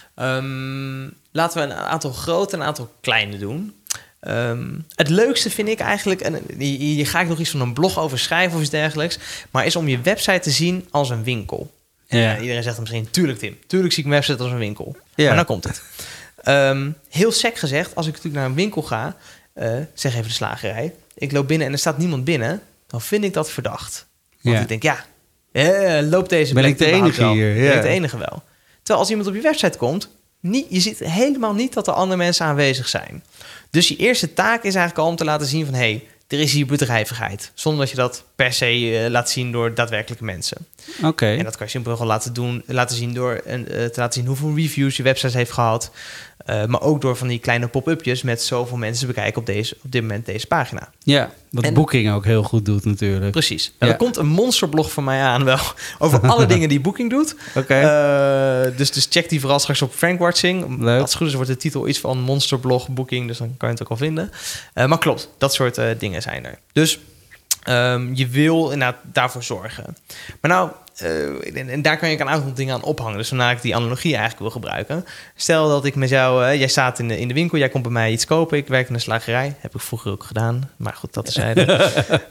Um, laten we een aantal grote en een aantal kleine doen... Um, het leukste vind ik eigenlijk, en hier, hier ga ik nog iets van een blog over schrijven of iets dergelijks, maar is om je website te zien als een winkel. Ja. Ja, iedereen zegt dan misschien, tuurlijk Tim, tuurlijk zie ik mijn website als een winkel. Ja. Maar dan komt het. Um, heel sec gezegd, als ik natuurlijk naar een winkel ga, uh, zeg even de slagerij, ik loop binnen en er staat niemand binnen, dan vind ik dat verdacht. Want ja. ik denk, ja, eh, loopt deze Ben plek ik de überhaupt enige wel? hier? Ben Ja. ik de enige wel? Terwijl als iemand op je website komt, niet, je ziet helemaal niet dat er andere mensen aanwezig zijn. Dus je eerste taak is eigenlijk al om te laten zien van... hey, er is hier bedrijvigheid. Zonder dat je dat per se uh, laat zien door daadwerkelijke mensen. Oké. Okay. En dat kan je simpel gewoon laten, doen, laten zien door uh, te laten zien hoeveel reviews je website heeft gehad. Uh, maar ook door van die kleine pop-upjes met zoveel mensen bekijken op, deze, op dit moment deze pagina. Ja, wat en, Booking ook heel goed doet natuurlijk. Precies. Nou, ja. Er komt een monsterblog van mij aan wel over alle dingen die Booking doet. Oké. Okay. Uh, dus, dus check die vooral straks op Frank Watching. Leuk. Als het goed is wordt de titel iets van monsterblog Booking, dus dan kan je het ook al vinden. Uh, maar klopt, dat soort uh, dingen zijn er. Dus um, je wil inderdaad daarvoor zorgen. Maar nou... Uh, en, en daar kan je een aantal dingen aan ophangen. Dus vandaar ik die analogie eigenlijk wil gebruiken. Stel dat ik met jou... Uh, jij staat in de, in de winkel, jij komt bij mij iets kopen. Ik werk in een slagerij. Heb ik vroeger ook gedaan. Maar goed, dat terzijde.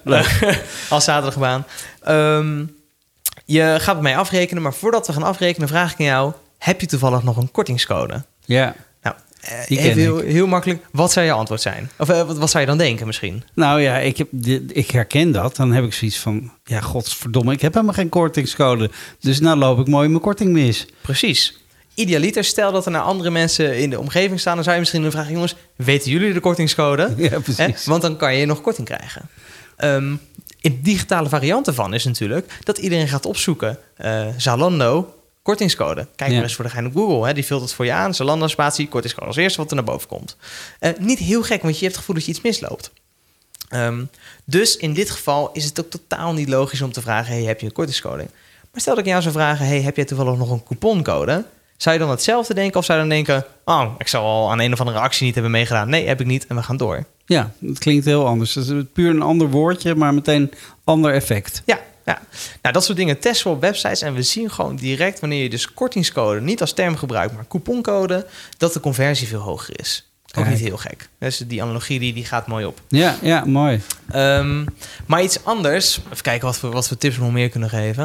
Als zaterdagbaan. Um, je gaat bij mij afrekenen. Maar voordat we gaan afrekenen, vraag ik aan jou... heb je toevallig nog een kortingscode? Ja. Nou, uh, even heel, heel makkelijk. Wat zou je antwoord zijn? Of uh, wat, wat zou je dan denken misschien? Nou ja, ik, heb, ik herken dat. Dan heb ik zoiets van... ja, godsverdomme, ik heb helemaal geen kortingscode. Dus nou loop ik mooi mijn korting mis. Precies. Idealiter, stel dat er nou andere mensen in de omgeving staan... dan zou je misschien dan vragen... jongens, weten jullie de kortingscode? Ja, precies. Hè? Want dan kan je nog korting krijgen. Um, in digitale variant ervan is natuurlijk... dat iedereen gaat opzoeken... Uh, Zalando... kortingscode. Kijk ja. maar eens voor de gein op Google. Hè. Die vult het voor je aan. Zalando spatie, kortingscode als eerste wat er naar boven komt. Uh, niet heel gek, want je hebt het gevoel dat je iets misloopt. Um, dus in dit geval is het ook totaal niet logisch om te vragen... hey, heb je een kortingscode? Maar stel dat ik jou zou vragen... hey, heb jij toevallig nog een couponcode? Zou je dan hetzelfde denken of zou je dan denken... oh, ik zou al aan een of andere actie niet hebben meegedaan. Nee, heb ik niet en we gaan door. Ja, het klinkt heel anders. Het is puur een ander woordje, maar meteen ander effect. Ja. Ja, nou dat soort dingen testen we op websites en we zien gewoon direct wanneer je dus kortingscode niet als term gebruikt, maar couponcode, dat de conversie veel hoger is. Ook Kijk. Niet heel gek. Dus die analogie die, die gaat mooi op. Ja, ja, mooi. Um, maar iets anders, even kijken wat voor, wat voor tips we nog meer kunnen geven.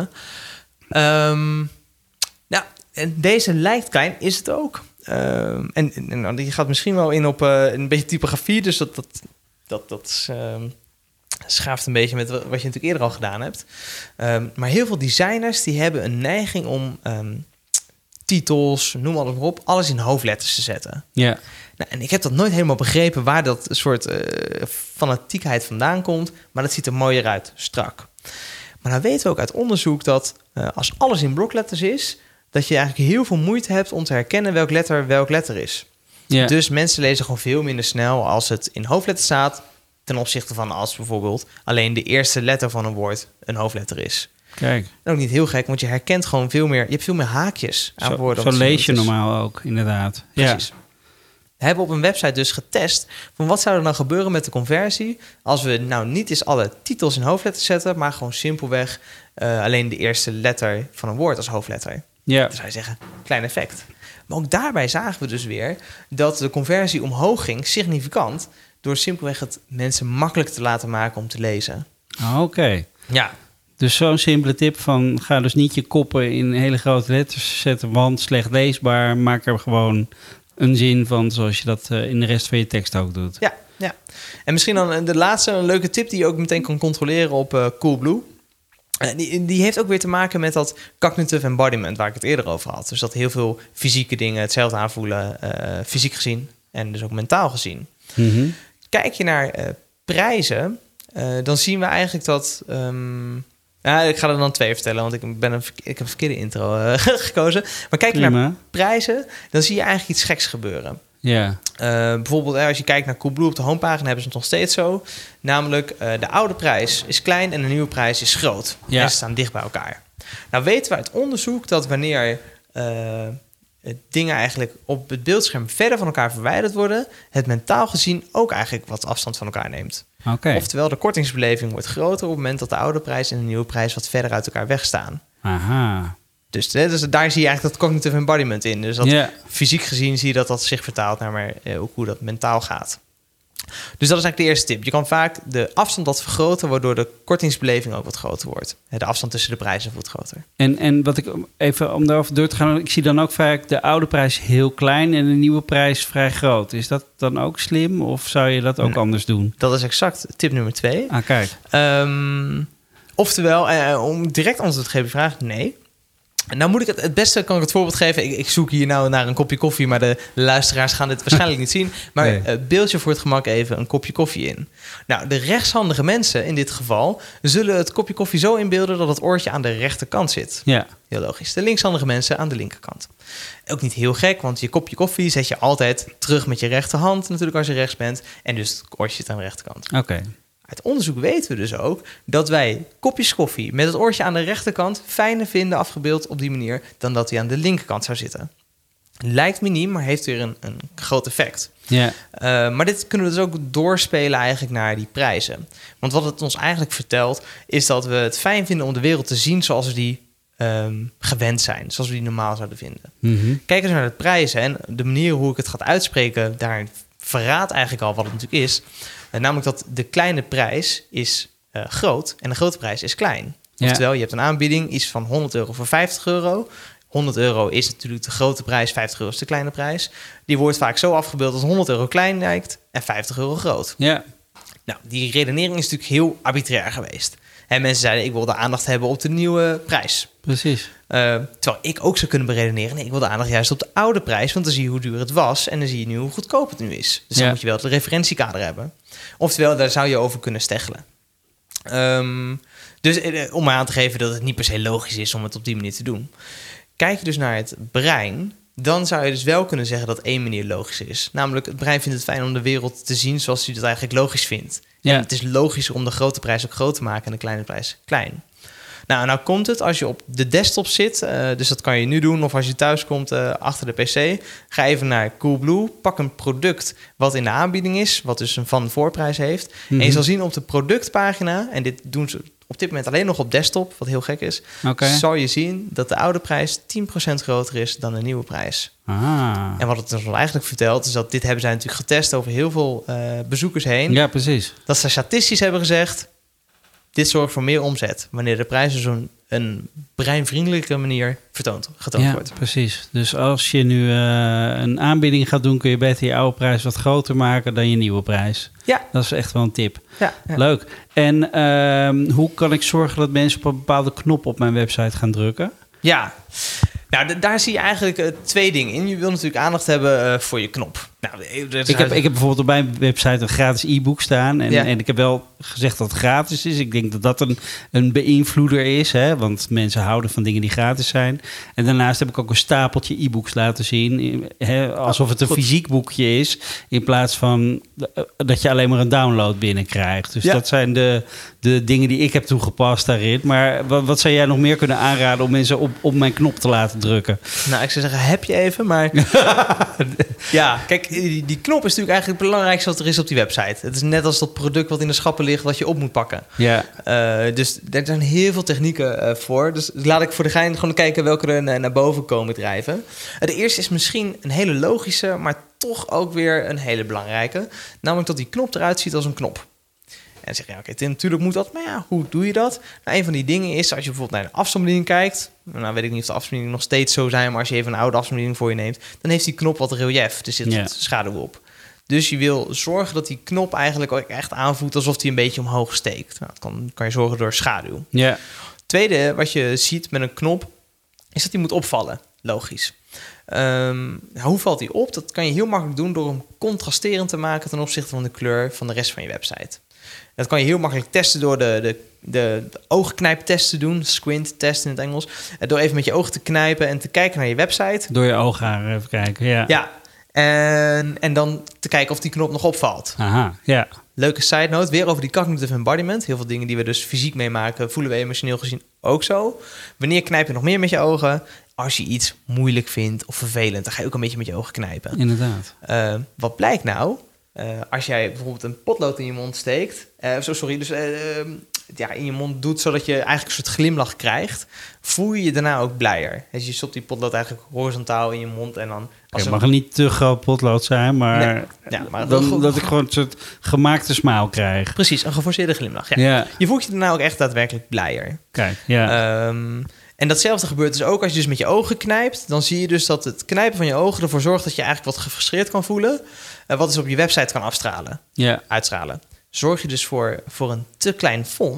Um, nou, en deze lijkt klein, is het ook. Um, en en nou, die gaat misschien wel in op uh, een beetje typografie, dus dat dat dat, dat um, schaaft een beetje met wat je natuurlijk eerder al gedaan hebt. Um, maar heel veel designers die hebben een neiging om um, titels, noem alles maar op, alles in hoofdletters te zetten. Ja. Nou, en ik heb dat nooit helemaal begrepen waar dat soort uh, fanatiekheid vandaan komt. Maar dat ziet er mooier uit, strak. Maar dan weten we ook uit onderzoek dat uh, als alles in blokletters is, dat je eigenlijk heel veel moeite hebt om te herkennen welk letter welk letter is. Ja. Dus mensen lezen gewoon veel minder snel als het in hoofdletters staat, ten opzichte van als bijvoorbeeld alleen de eerste letter van een woord een hoofdletter is. Kijk. En ook niet heel gek, want je herkent gewoon veel meer, je hebt veel meer haakjes aan zo, woorden. Zo lees je normaal ook, inderdaad. Precies. Ja. We hebben op een website dus getest van wat zou er dan gebeuren met de conversie als we nou niet eens alle titels in hoofdletters zetten, maar gewoon simpelweg uh, alleen de eerste letter van een woord als hoofdletter. Ja. Dan zou je zeggen, klein effect. Maar ook daarbij zagen we dus weer dat de conversie omhoog ging, significant, door simpelweg het mensen makkelijk te laten maken om te lezen. Oké. Okay. Ja. Dus zo'n simpele tip van ga dus niet je koppen in hele grote letters zetten, want slecht leesbaar. Maak er gewoon een zin van zoals je dat uh, in de rest van je tekst ook doet. Ja, ja. En misschien dan de laatste, een leuke tip die je ook meteen kan controleren op uh, Coolblue. Uh, die, die heeft ook weer te maken met dat cognitive embodiment waar ik het eerder over had. Dus dat heel veel fysieke dingen hetzelfde aanvoelen, uh, fysiek gezien en dus ook mentaal gezien. Mm-hmm. Kijk je naar uh, prijzen, uh, dan zien we eigenlijk dat... Um, nou, ik ga er dan twee vertellen, want ik, ben een, ik heb een verkeerde intro uh, gekozen. Maar kijk je Prima. naar prijzen, dan zie je eigenlijk iets geks gebeuren. Ja. Uh, bijvoorbeeld als je kijkt naar Coolblue op de homepagina hebben ze het nog steeds zo. Namelijk uh, de oude prijs is klein en de nieuwe prijs is groot. Ja. En ze staan dicht bij elkaar. Nou weten we uit onderzoek dat wanneer uh, dingen eigenlijk op het beeldscherm verder van elkaar verwijderd worden, het mentaal gezien ook eigenlijk wat afstand van elkaar neemt. Okay. Oftewel de kortingsbeleving wordt groter op het moment dat de oude prijs en de nieuwe prijs wat verder uit elkaar wegstaan. Aha. Dus, dus daar zie je eigenlijk dat cognitive embodiment in. Dus dat yeah. fysiek gezien zie je dat dat zich vertaalt naar maar, eh, ook hoe dat mentaal gaat. Dus dat is eigenlijk de eerste tip. Je kan vaak de afstand wat vergroten, waardoor de kortingsbeleving ook wat groter wordt. De afstand tussen de prijzen wordt groter. En, en wat ik even om daarover door te gaan, ik zie dan ook vaak de oude prijs heel klein en de nieuwe prijs vrij groot. Is dat dan ook slim of zou je dat ook nee, anders doen? Dat is exact tip nummer twee. Ah, kijk. Um, Oftewel, uh, om direct antwoord te geven op je vraag, nee. En nou moet ik het, het beste kan ik het voorbeeld geven. Ik, ik zoek hier nou naar een kopje koffie, maar de luisteraars gaan dit waarschijnlijk niet zien. Maar nee. uh, beeld je voor het gemak even een kopje koffie in. Nou, de rechtshandige mensen in dit geval zullen het kopje koffie zo inbeelden dat het oortje aan de rechterkant zit. Ja. Heel logisch. De linkshandige mensen aan de linkerkant. Ook niet heel gek, want je kopje koffie zet je altijd terug met je rechterhand natuurlijk als je rechts bent. En dus het oortje zit aan de rechterkant. Oké. Okay. Uit onderzoek weten we dus ook dat wij kopjes koffie met het oortje aan de rechterkant fijner vinden afgebeeld op die manier dan dat hij aan de linkerkant zou zitten. Lijkt miniem, maar heeft weer een, een groot effect. Ja. Uh, maar dit kunnen we dus ook doorspelen eigenlijk naar die prijzen. Want wat het ons eigenlijk vertelt is dat we het fijn vinden om de wereld te zien zoals we die um, gewend zijn. Zoals we die normaal zouden vinden. Mm-hmm. Kijk eens naar de prijzen en de manier hoe ik het ga uitspreken, daar verraadt eigenlijk al wat het natuurlijk is. Uh, namelijk dat de kleine prijs is uh, groot en de grote prijs is klein. Ja. Oftewel, je hebt een aanbieding, iets van honderd euro voor vijftig euro. honderd euro is natuurlijk de grote prijs, vijftig euro is de kleine prijs. Die wordt vaak zo afgebeeld dat honderd euro klein lijkt en vijftig euro groot. Ja. Nou, die redenering is natuurlijk heel arbitrair geweest. En mensen zeiden, ik wil de aandacht hebben op de nieuwe prijs. Precies. Uh, terwijl ik ook zou kunnen beredeneren, nee, ik wil de aandacht juist op de oude prijs, want dan zie je hoe duur het was en dan zie je nu hoe goedkoop het nu is. Dus dan ja. moet je wel het referentiekader hebben. Oftewel, daar zou je over kunnen steggelen. Um, dus uh, om maar aan te geven dat het niet per se logisch is om het op die manier te doen. Kijk je dus naar het brein, dan zou je dus wel kunnen zeggen dat één manier logisch is. Namelijk, het brein vindt het fijn om de wereld te zien zoals hij dat eigenlijk logisch vindt. Ja. En het is logischer om de grote prijs ook groot te maken en de kleine prijs klein. Nou, nou komt het als je op de desktop zit, uh, dus dat kan je nu doen, of als je thuis komt uh, achter de pc, ga even naar Coolblue, pak een product wat in de aanbieding is, wat dus een van voorprijs heeft. Mm-hmm. En je zal zien op de productpagina, en dit doen ze op dit moment alleen nog op desktop, wat heel gek is, okay. zal je zien dat de oude prijs tien procent groter is dan de nieuwe prijs. Ah. En wat het ons eigenlijk vertelt, is dat dit hebben zij natuurlijk getest over heel veel uh, bezoekers heen. Ja, precies. Dat ze statistisch hebben gezegd, dit zorgt voor meer omzet wanneer de prijs op zo'n een breinvriendelijke manier vertoond, getoond ja, wordt. Precies. Dus als je nu uh, een aanbieding gaat doen, kun je beter je oude prijs wat groter maken dan je nieuwe prijs. Ja. Dat is echt wel een tip. Ja, ja. Leuk. En uh, hoe kan ik zorgen dat mensen op een bepaalde knop op mijn website gaan drukken? Ja, nou, d- daar zie je eigenlijk uh, twee dingen in. Je wil natuurlijk aandacht hebben uh, voor je knop. Nou, ik, heb, ik heb bijvoorbeeld op mijn website een gratis e-book staan. En, ja. en ik heb wel gezegd dat het gratis is. Ik denk dat dat een, een beïnvloeder is. Hè? Want mensen houden van dingen die gratis zijn. En daarnaast heb ik ook een stapeltje e-books laten zien. Hè? Alsof het een Goed. fysiek boekje is. In plaats van dat je alleen maar een download binnenkrijgt. Dus ja. dat zijn de, de dingen die ik heb toegepast daarin. Maar wat, wat zou jij nog meer kunnen aanraden om mensen op, op mijn knop te laten drukken? Nou, ik zou zeggen, heb je even. Maar ja, kijk, die, die knop is natuurlijk eigenlijk het belangrijkste wat er is op die website. Het is net als dat product wat in de schappen ligt wat je op moet pakken. Ja. Uh, dus er zijn heel veel technieken uh, voor. Dus laat ik voor de gein gewoon kijken welke er naar boven komen drijven. Uh, de eerste is misschien een hele logische, maar toch ook weer een hele belangrijke. Namelijk dat die knop eruit ziet als een knop. En dan zeg je, ja, oké, okay, natuurlijk moet dat, maar ja, hoe doe je dat? Nou, een van die dingen is, als je bijvoorbeeld naar de afstandsbediening kijkt, nou weet ik niet of de afstandsbediening nog steeds zo zijn, maar als je even een oude afstandsbediening voor je neemt, dan heeft die knop wat relief, er zit yeah. wat schaduw op. Dus je wil zorgen dat die knop eigenlijk ook echt aanvoelt alsof die een beetje omhoog steekt. Nou, dat kan, kan je zorgen door schaduw. Yeah. Tweede, wat je ziet met een knop, is dat die moet opvallen. Logisch. Um, hoe valt die op? Dat kan je heel makkelijk doen door hem contrasterend te maken ten opzichte van de kleur van de rest van je website. Dat kan je heel makkelijk testen door de, de, de, de oogknijptest te doen. Squint test in het Engels. Door even met je ogen te knijpen en te kijken naar je website. Door je oogharen even kijken, ja. Ja, en, en dan te kijken of die knop nog opvalt. Aha, ja. Leuke side note, weer over die cognitive embodiment. Heel veel dingen die we dus fysiek meemaken, voelen we emotioneel gezien ook zo. Wanneer knijp je nog meer met je ogen? Als je iets moeilijk vindt of vervelend, dan ga je ook een beetje met je ogen knijpen. Inderdaad. Uh, wat blijkt nou? Uh, als jij bijvoorbeeld een potlood in je mond steekt, uh, so, sorry, dus uh, ja, in je mond doet zodat je eigenlijk een soort glimlach krijgt, voel je je daarna ook blijer. Dus je stopt die potlood eigenlijk horizontaal in je mond en dan. Als het mag een niet te groot potlood zijn, maar, nee, ja, maar dan, dat, dat ik gewoon een soort gemaakte smaal krijg. Precies, een geforceerde glimlach. Ja. Ja. Je voelt je daarna ook echt daadwerkelijk blijer. Kijk, ja. Um, En datzelfde gebeurt dus ook als je dus met je ogen knijpt. Dan zie je dus dat het knijpen van je ogen ervoor zorgt dat je eigenlijk wat gefrustreerd kan voelen. Uh, wat dus op je website kan afstralen, yeah. uitstralen. Zorg je dus voor, voor een te klein font,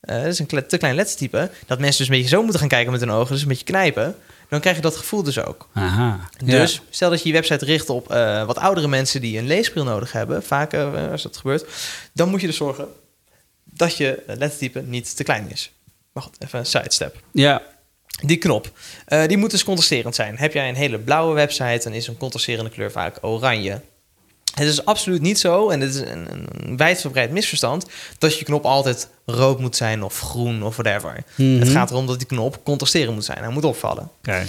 uh, dat is een kle- te klein lettertype, dat mensen dus een beetje zo moeten gaan kijken met hun ogen, dus een beetje knijpen, dan krijg je dat gevoel dus ook. Aha, dus ja. stel dat je je website richt op uh, wat oudere mensen die een leesbril nodig hebben, vaker uh, als dat gebeurt, dan moet je dus zorgen dat je lettertype niet te klein is. Maar goed, even een sidestep. Ja. Die knop, uh, die moet dus contrasterend zijn. Heb jij een hele blauwe website, dan is een contrasterende kleur vaak oranje. Het is absoluut niet zo, en dit is een, een wijdverbreid misverstand, dat je knop altijd rood moet zijn of groen of whatever. Mm-hmm. Het gaat erom dat die knop contrasterend moet zijn. Hij moet opvallen. Okay.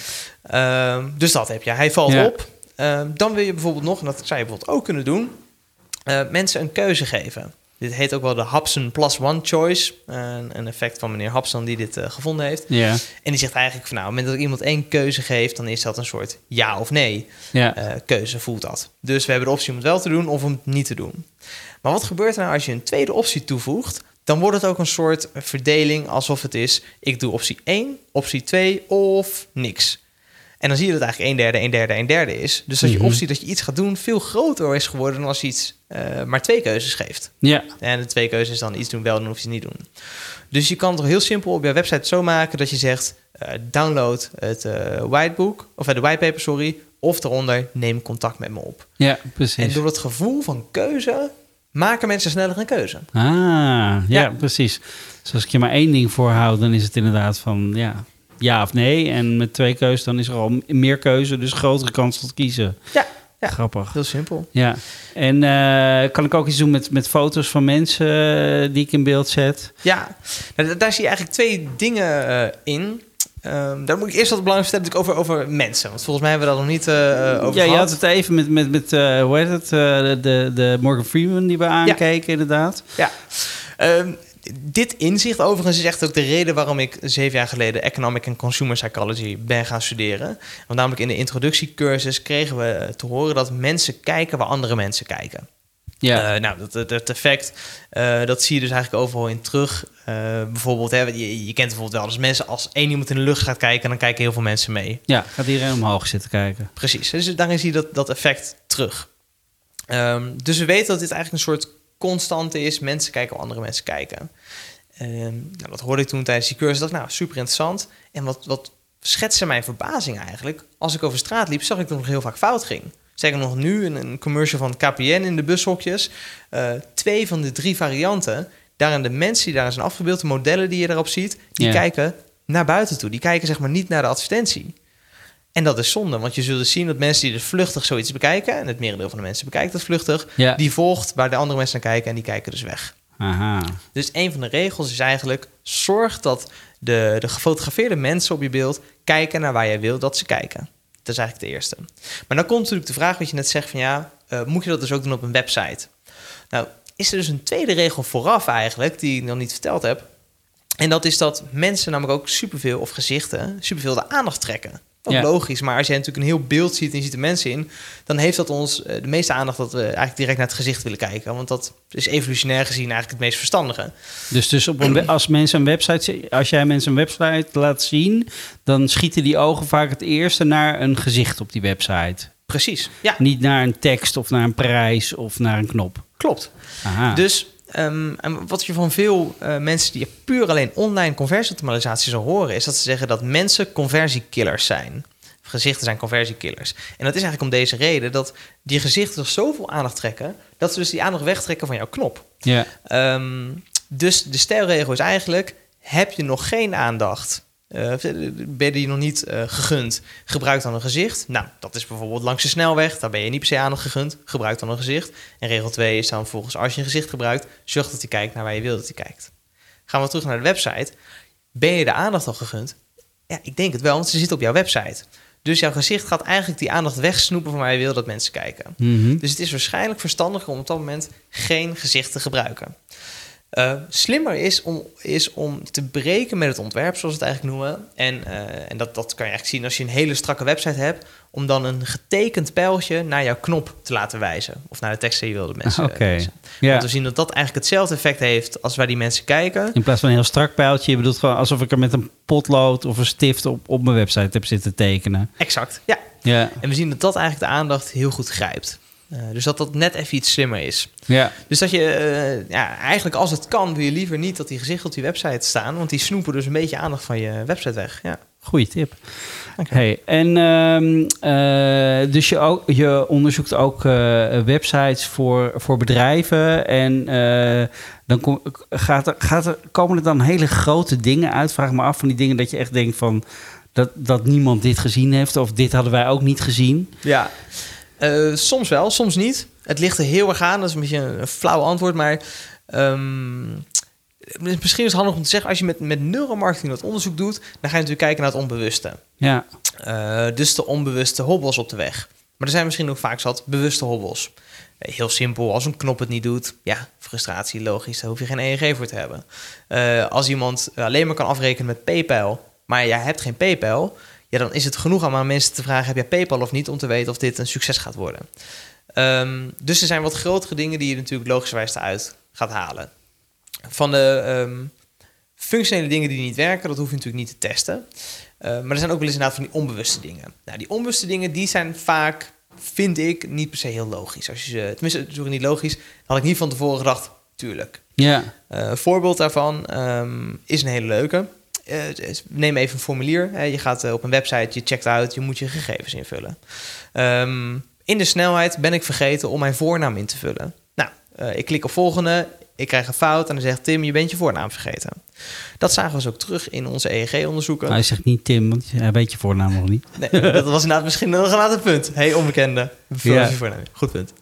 Uh, dus dat heb je. Hij valt ja. op. Uh, dan wil je bijvoorbeeld nog, en dat zou je bijvoorbeeld ook kunnen doen, uh, mensen een keuze geven. Dit heet ook wel de Hobson Plus One Choice. Uh, een effect van meneer Hobson die dit uh, gevonden heeft. Ja. En die zegt eigenlijk van nou, op het moment dat ik iemand één keuze geef, dan is dat een soort ja of nee ja. uh, keuze, voelt dat. Dus we hebben de optie om het wel te doen of om het niet te doen. Maar wat gebeurt er nou als je een tweede optie toevoegt? Dan wordt het ook een soort verdeling alsof het is, ik doe optie één, optie twee of niks. En dan zie je dat eigenlijk een derde, een derde, een derde is. Dus dat je mm-hmm. optie dat je iets gaat doen veel groter is geworden dan als je iets uh, maar twee keuzes geeft. Ja. En de twee keuzes dan iets doen, wel doen of iets niet doen. Dus je kan het toch heel simpel op je website zo maken dat je zegt, uh, download het uh, whitebook, of uh, de whitepaper, sorry, of eronder neem contact met me op. Ja, precies. En door het gevoel van keuze maken mensen sneller een keuze. Ah, ja, ja. precies. Dus als ik je maar één ding voorhoud, dan is het inderdaad van ja... Ja of nee. En met twee keuzes, dan is er al meer keuze. Dus grotere kans tot kiezen. Ja, ja. Grappig. Heel simpel. Ja. En uh, kan ik ook iets doen met, met foto's van mensen uh, die ik in beeld zet? Ja, nou, daar zie je eigenlijk twee dingen uh, in. Um, daar moet ik eerst wat belangrijk vertellen over, over mensen. Want volgens mij hebben we dat nog niet uh, over Ja, gehad. je had het even met, met, met uh, hoe heet het? Uh, de, de Morgan Freeman die we aankeken, ja. inderdaad. Ja. Um, Dit inzicht overigens is echt ook de reden waarom ik zeven jaar geleden Economic and Consumer Psychology ben gaan studeren. Want namelijk in de introductiecursus kregen we te horen dat mensen kijken waar andere mensen kijken. Ja. Uh, nou, dat, dat, dat effect, uh, dat zie je dus eigenlijk overal in terug. Uh, bijvoorbeeld, hè, je, je kent bijvoorbeeld wel, als mensen als één iemand in de lucht gaat kijken, dan kijken heel veel mensen mee. Ja, gaat iedereen omhoog zitten kijken. Precies, dus daarin zie je dat, dat effect terug. Um, dus we weten dat dit eigenlijk een soort constante is. Mensen kijken waar andere mensen kijken. Um, nou, dat hoorde ik toen tijdens die cursus. Dat nou, super interessant. En wat, wat schetste mijn verbazing eigenlijk. Als ik over straat liep, zag ik dat het nog heel vaak fout ging. Zeker nog nu, in een commercial van K P N in de bushokjes. Uh, twee van de drie varianten. Daarin de mensen die daar zijn afgebeeld, de modellen die je daarop ziet, die ja. kijken naar buiten toe. Die kijken zeg maar niet naar de advertentie. En dat is zonde, want je zult zien dat mensen die dus vluchtig zoiets bekijken, en het merendeel van de mensen bekijkt dat vluchtig, ja. die volgt waar de andere mensen naar kijken en die kijken dus weg. Aha. Dus een van de regels is eigenlijk, zorg dat de, de gefotografeerde mensen op je beeld kijken naar waar jij wil dat ze kijken. Dat is eigenlijk de eerste. Maar dan komt natuurlijk de vraag wat je net zegt van ja, uh, moet je dat dus ook doen op een website? Nou, is er dus een tweede regel vooraf eigenlijk, die ik nog niet verteld heb. En dat is dat mensen namelijk ook superveel, of gezichten, superveel de aandacht trekken. Ook ja. logisch, maar als je natuurlijk een heel beeld ziet en je ziet de mensen in, dan heeft dat ons uh, de meeste aandacht dat we eigenlijk direct naar het gezicht willen kijken. Want dat is evolutionair gezien eigenlijk het meest verstandige. Dus, dus op een, als mensen een website, als jij mensen een website laat zien, dan schieten die ogen vaak het eerste naar een gezicht op die website. Precies, ja. Niet naar een tekst of naar een prijs of naar een knop. Klopt. Aha. Dus Um, en wat je van veel uh, mensen die puur alleen online conversieoptimalisatie zal horen, is dat ze zeggen dat mensen conversiekillers zijn. Gezichten zijn conversiekillers. En dat is eigenlijk om deze reden dat die gezichten toch zoveel aandacht trekken, dat ze dus die aandacht wegtrekken van jouw knop. Ja. Um, dus de stelregel is eigenlijk, heb je nog geen aandacht, Uh, ben je die nog niet uh, gegund, gebruik dan een gezicht. Nou, dat is bijvoorbeeld langs de snelweg. Daar ben je niet per se aandacht gegund. Gebruik dan een gezicht. En regel twee is dan volgens als je een gezicht gebruikt, zorg dat hij kijkt naar waar je wil dat hij kijkt. Gaan we terug naar de website. Ben je de aandacht al gegund? Ja, ik denk het wel, want ze zit op jouw website. Dus jouw gezicht gaat eigenlijk die aandacht wegsnoepen van waar je wil dat mensen kijken. Mm-hmm. Dus het is waarschijnlijk verstandiger om op dat moment geen gezicht te gebruiken. Uh, slimmer is om, is om te breken met het ontwerp, zoals we het eigenlijk noemen. En, uh, en dat, dat kan je eigenlijk zien als je een hele strakke website hebt, om dan een getekend pijltje naar jouw knop te laten wijzen. Of naar de tekst die je wil dat mensen okay. lezen. Ja. Want we zien dat dat eigenlijk hetzelfde effect heeft als waar die mensen kijken. In plaats van een heel strak pijltje, je bedoelt gewoon alsof ik er met een potlood of een stift op, op mijn website heb zitten tekenen. Exact, ja. ja. En we zien dat dat eigenlijk de aandacht heel goed grijpt. Uh, dus dat dat net even iets slimmer is. Ja. Dus dat je, uh, ja, eigenlijk als het kan, wil je liever niet dat die gezichten op die website staan. Want die snoepen dus een beetje aandacht van je website weg. Ja. Goeie tip. Okay. Hey, en uh, uh, dus je, ook, je onderzoekt ook uh, websites voor, voor bedrijven. En uh, dan kom, gaat er, gaat er, komen er dan hele grote dingen uit. Vraag me af van die dingen dat je echt denkt van dat, dat niemand dit gezien heeft. Of dit hadden wij ook niet gezien. Ja, uh, soms wel, soms niet. Het ligt er heel erg aan. Dat is een beetje een, een flauw antwoord. Maar um, misschien is het handig om te zeggen, als je met, met neuromarketing dat onderzoek doet, dan ga je natuurlijk kijken naar het onbewuste. Ja. Uh, dus de onbewuste hobbels op de weg. Maar er zijn misschien ook vaak zat bewuste hobbels. Heel simpel, als een knop het niet doet, ja, frustratie, logisch, daar hoef je geen E E G voor te hebben. Uh, als iemand alleen maar kan afrekenen met PayPal, maar jij hebt geen PayPal, ja, dan is het genoeg om aan mensen te vragen, heb jij PayPal of niet, om te weten of dit een succes gaat worden. Um, dus er zijn wat grotere dingen die je natuurlijk logischerwijs eruit gaat halen. Van de um, functionele dingen die niet werken, dat hoef je natuurlijk niet te testen. Uh, maar er zijn ook wel eens inderdaad van die onbewuste dingen. Nou, die onbewuste dingen, die zijn vaak, vind ik, niet per se heel logisch. Als je ze, tenminste, het is niet logisch. Had ik niet van tevoren gedacht, tuurlijk. Ja. Uh, een voorbeeld daarvan um, is een hele leuke. Uh, neem even een formulier. Hè. Je gaat uh, op een website, je checkt uit, je moet je gegevens invullen. Um, in de snelheid ben ik vergeten om mijn voornaam in te vullen. Nou, uh, ik klik op volgende, ik krijg een fout en dan zegt Tim, je bent je voornaam vergeten. Dat zagen we dus ook terug in onze E E G-onderzoeken. Hij zegt niet Tim, want hij weet je voornaam nog niet. Nee, dat was inderdaad misschien nog een later punt. Hey, onbekende. Vul ja. je voornaam in. Goed punt.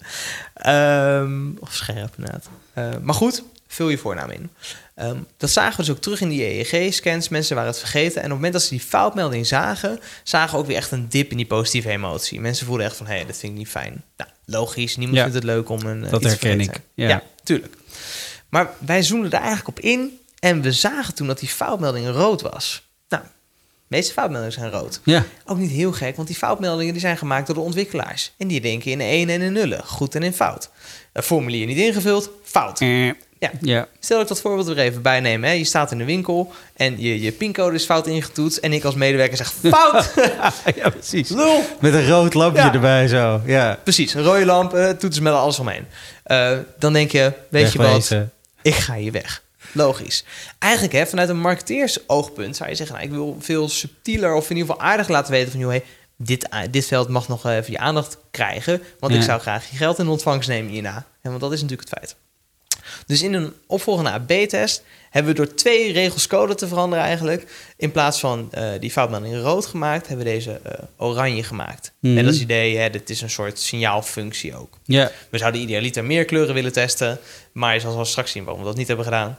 Um, of scherp, inderdaad. Uh, maar goed, vul je voornaam in. Um, dat zagen we dus ook terug in die E E G-scans. Mensen waren het vergeten. En op het moment dat ze die foutmelding zagen, zagen we ook weer echt een dip in die positieve emotie. Mensen voelden echt van, hé, hey, dat vind ik niet fijn. Nou, logisch. Niemand ja. vindt het leuk om een uh, dat iets herken te ik. Ja. ja, tuurlijk. Maar wij zoomden er eigenlijk op in en we zagen toen dat die foutmelding rood was. Nou, de meeste foutmeldingen zijn rood. Ja. Ook niet heel gek, want die foutmeldingen die zijn gemaakt door de ontwikkelaars. En die denken in een en in nullen, goed en in fout. Een formulier niet ingevuld, fout. Uh, ja. ja. Stel dat ik dat voorbeeld er even bij neem. Hè. Je staat in de winkel en je, je pincode is fout ingetoetst. En ik als medewerker zeg, fout! Ja, precies. Lul! Met een rood lampje ja. erbij zo. Ja. Precies, een rode lamp, uh, toetsen met alles omheen. Uh, dan denk je, weet Wegwezen. je wat, ik ga hier weg. Logisch. Eigenlijk, hè, vanuit een marketeersoogpunt zou je zeggen, nou, ik wil veel subtieler of in ieder geval aardig laten weten van, joh, hey, dit, dit veld mag nog even je aandacht krijgen, want ja. ik zou graag je geld in ontvangst nemen hierna. Ja, want dat is natuurlijk het feit. Dus in een opvolgende A B test hebben we door twee regels code te veranderen eigenlijk, in plaats van uh, die foutmelding rood gemaakt, hebben we deze uh, oranje gemaakt. Mm-hmm. En dat is het idee, hè, dit is een soort signaalfunctie ook. Yeah. We zouden idealiter meer kleuren willen testen, maar je zal wel straks zien waarom we dat niet hebben gedaan.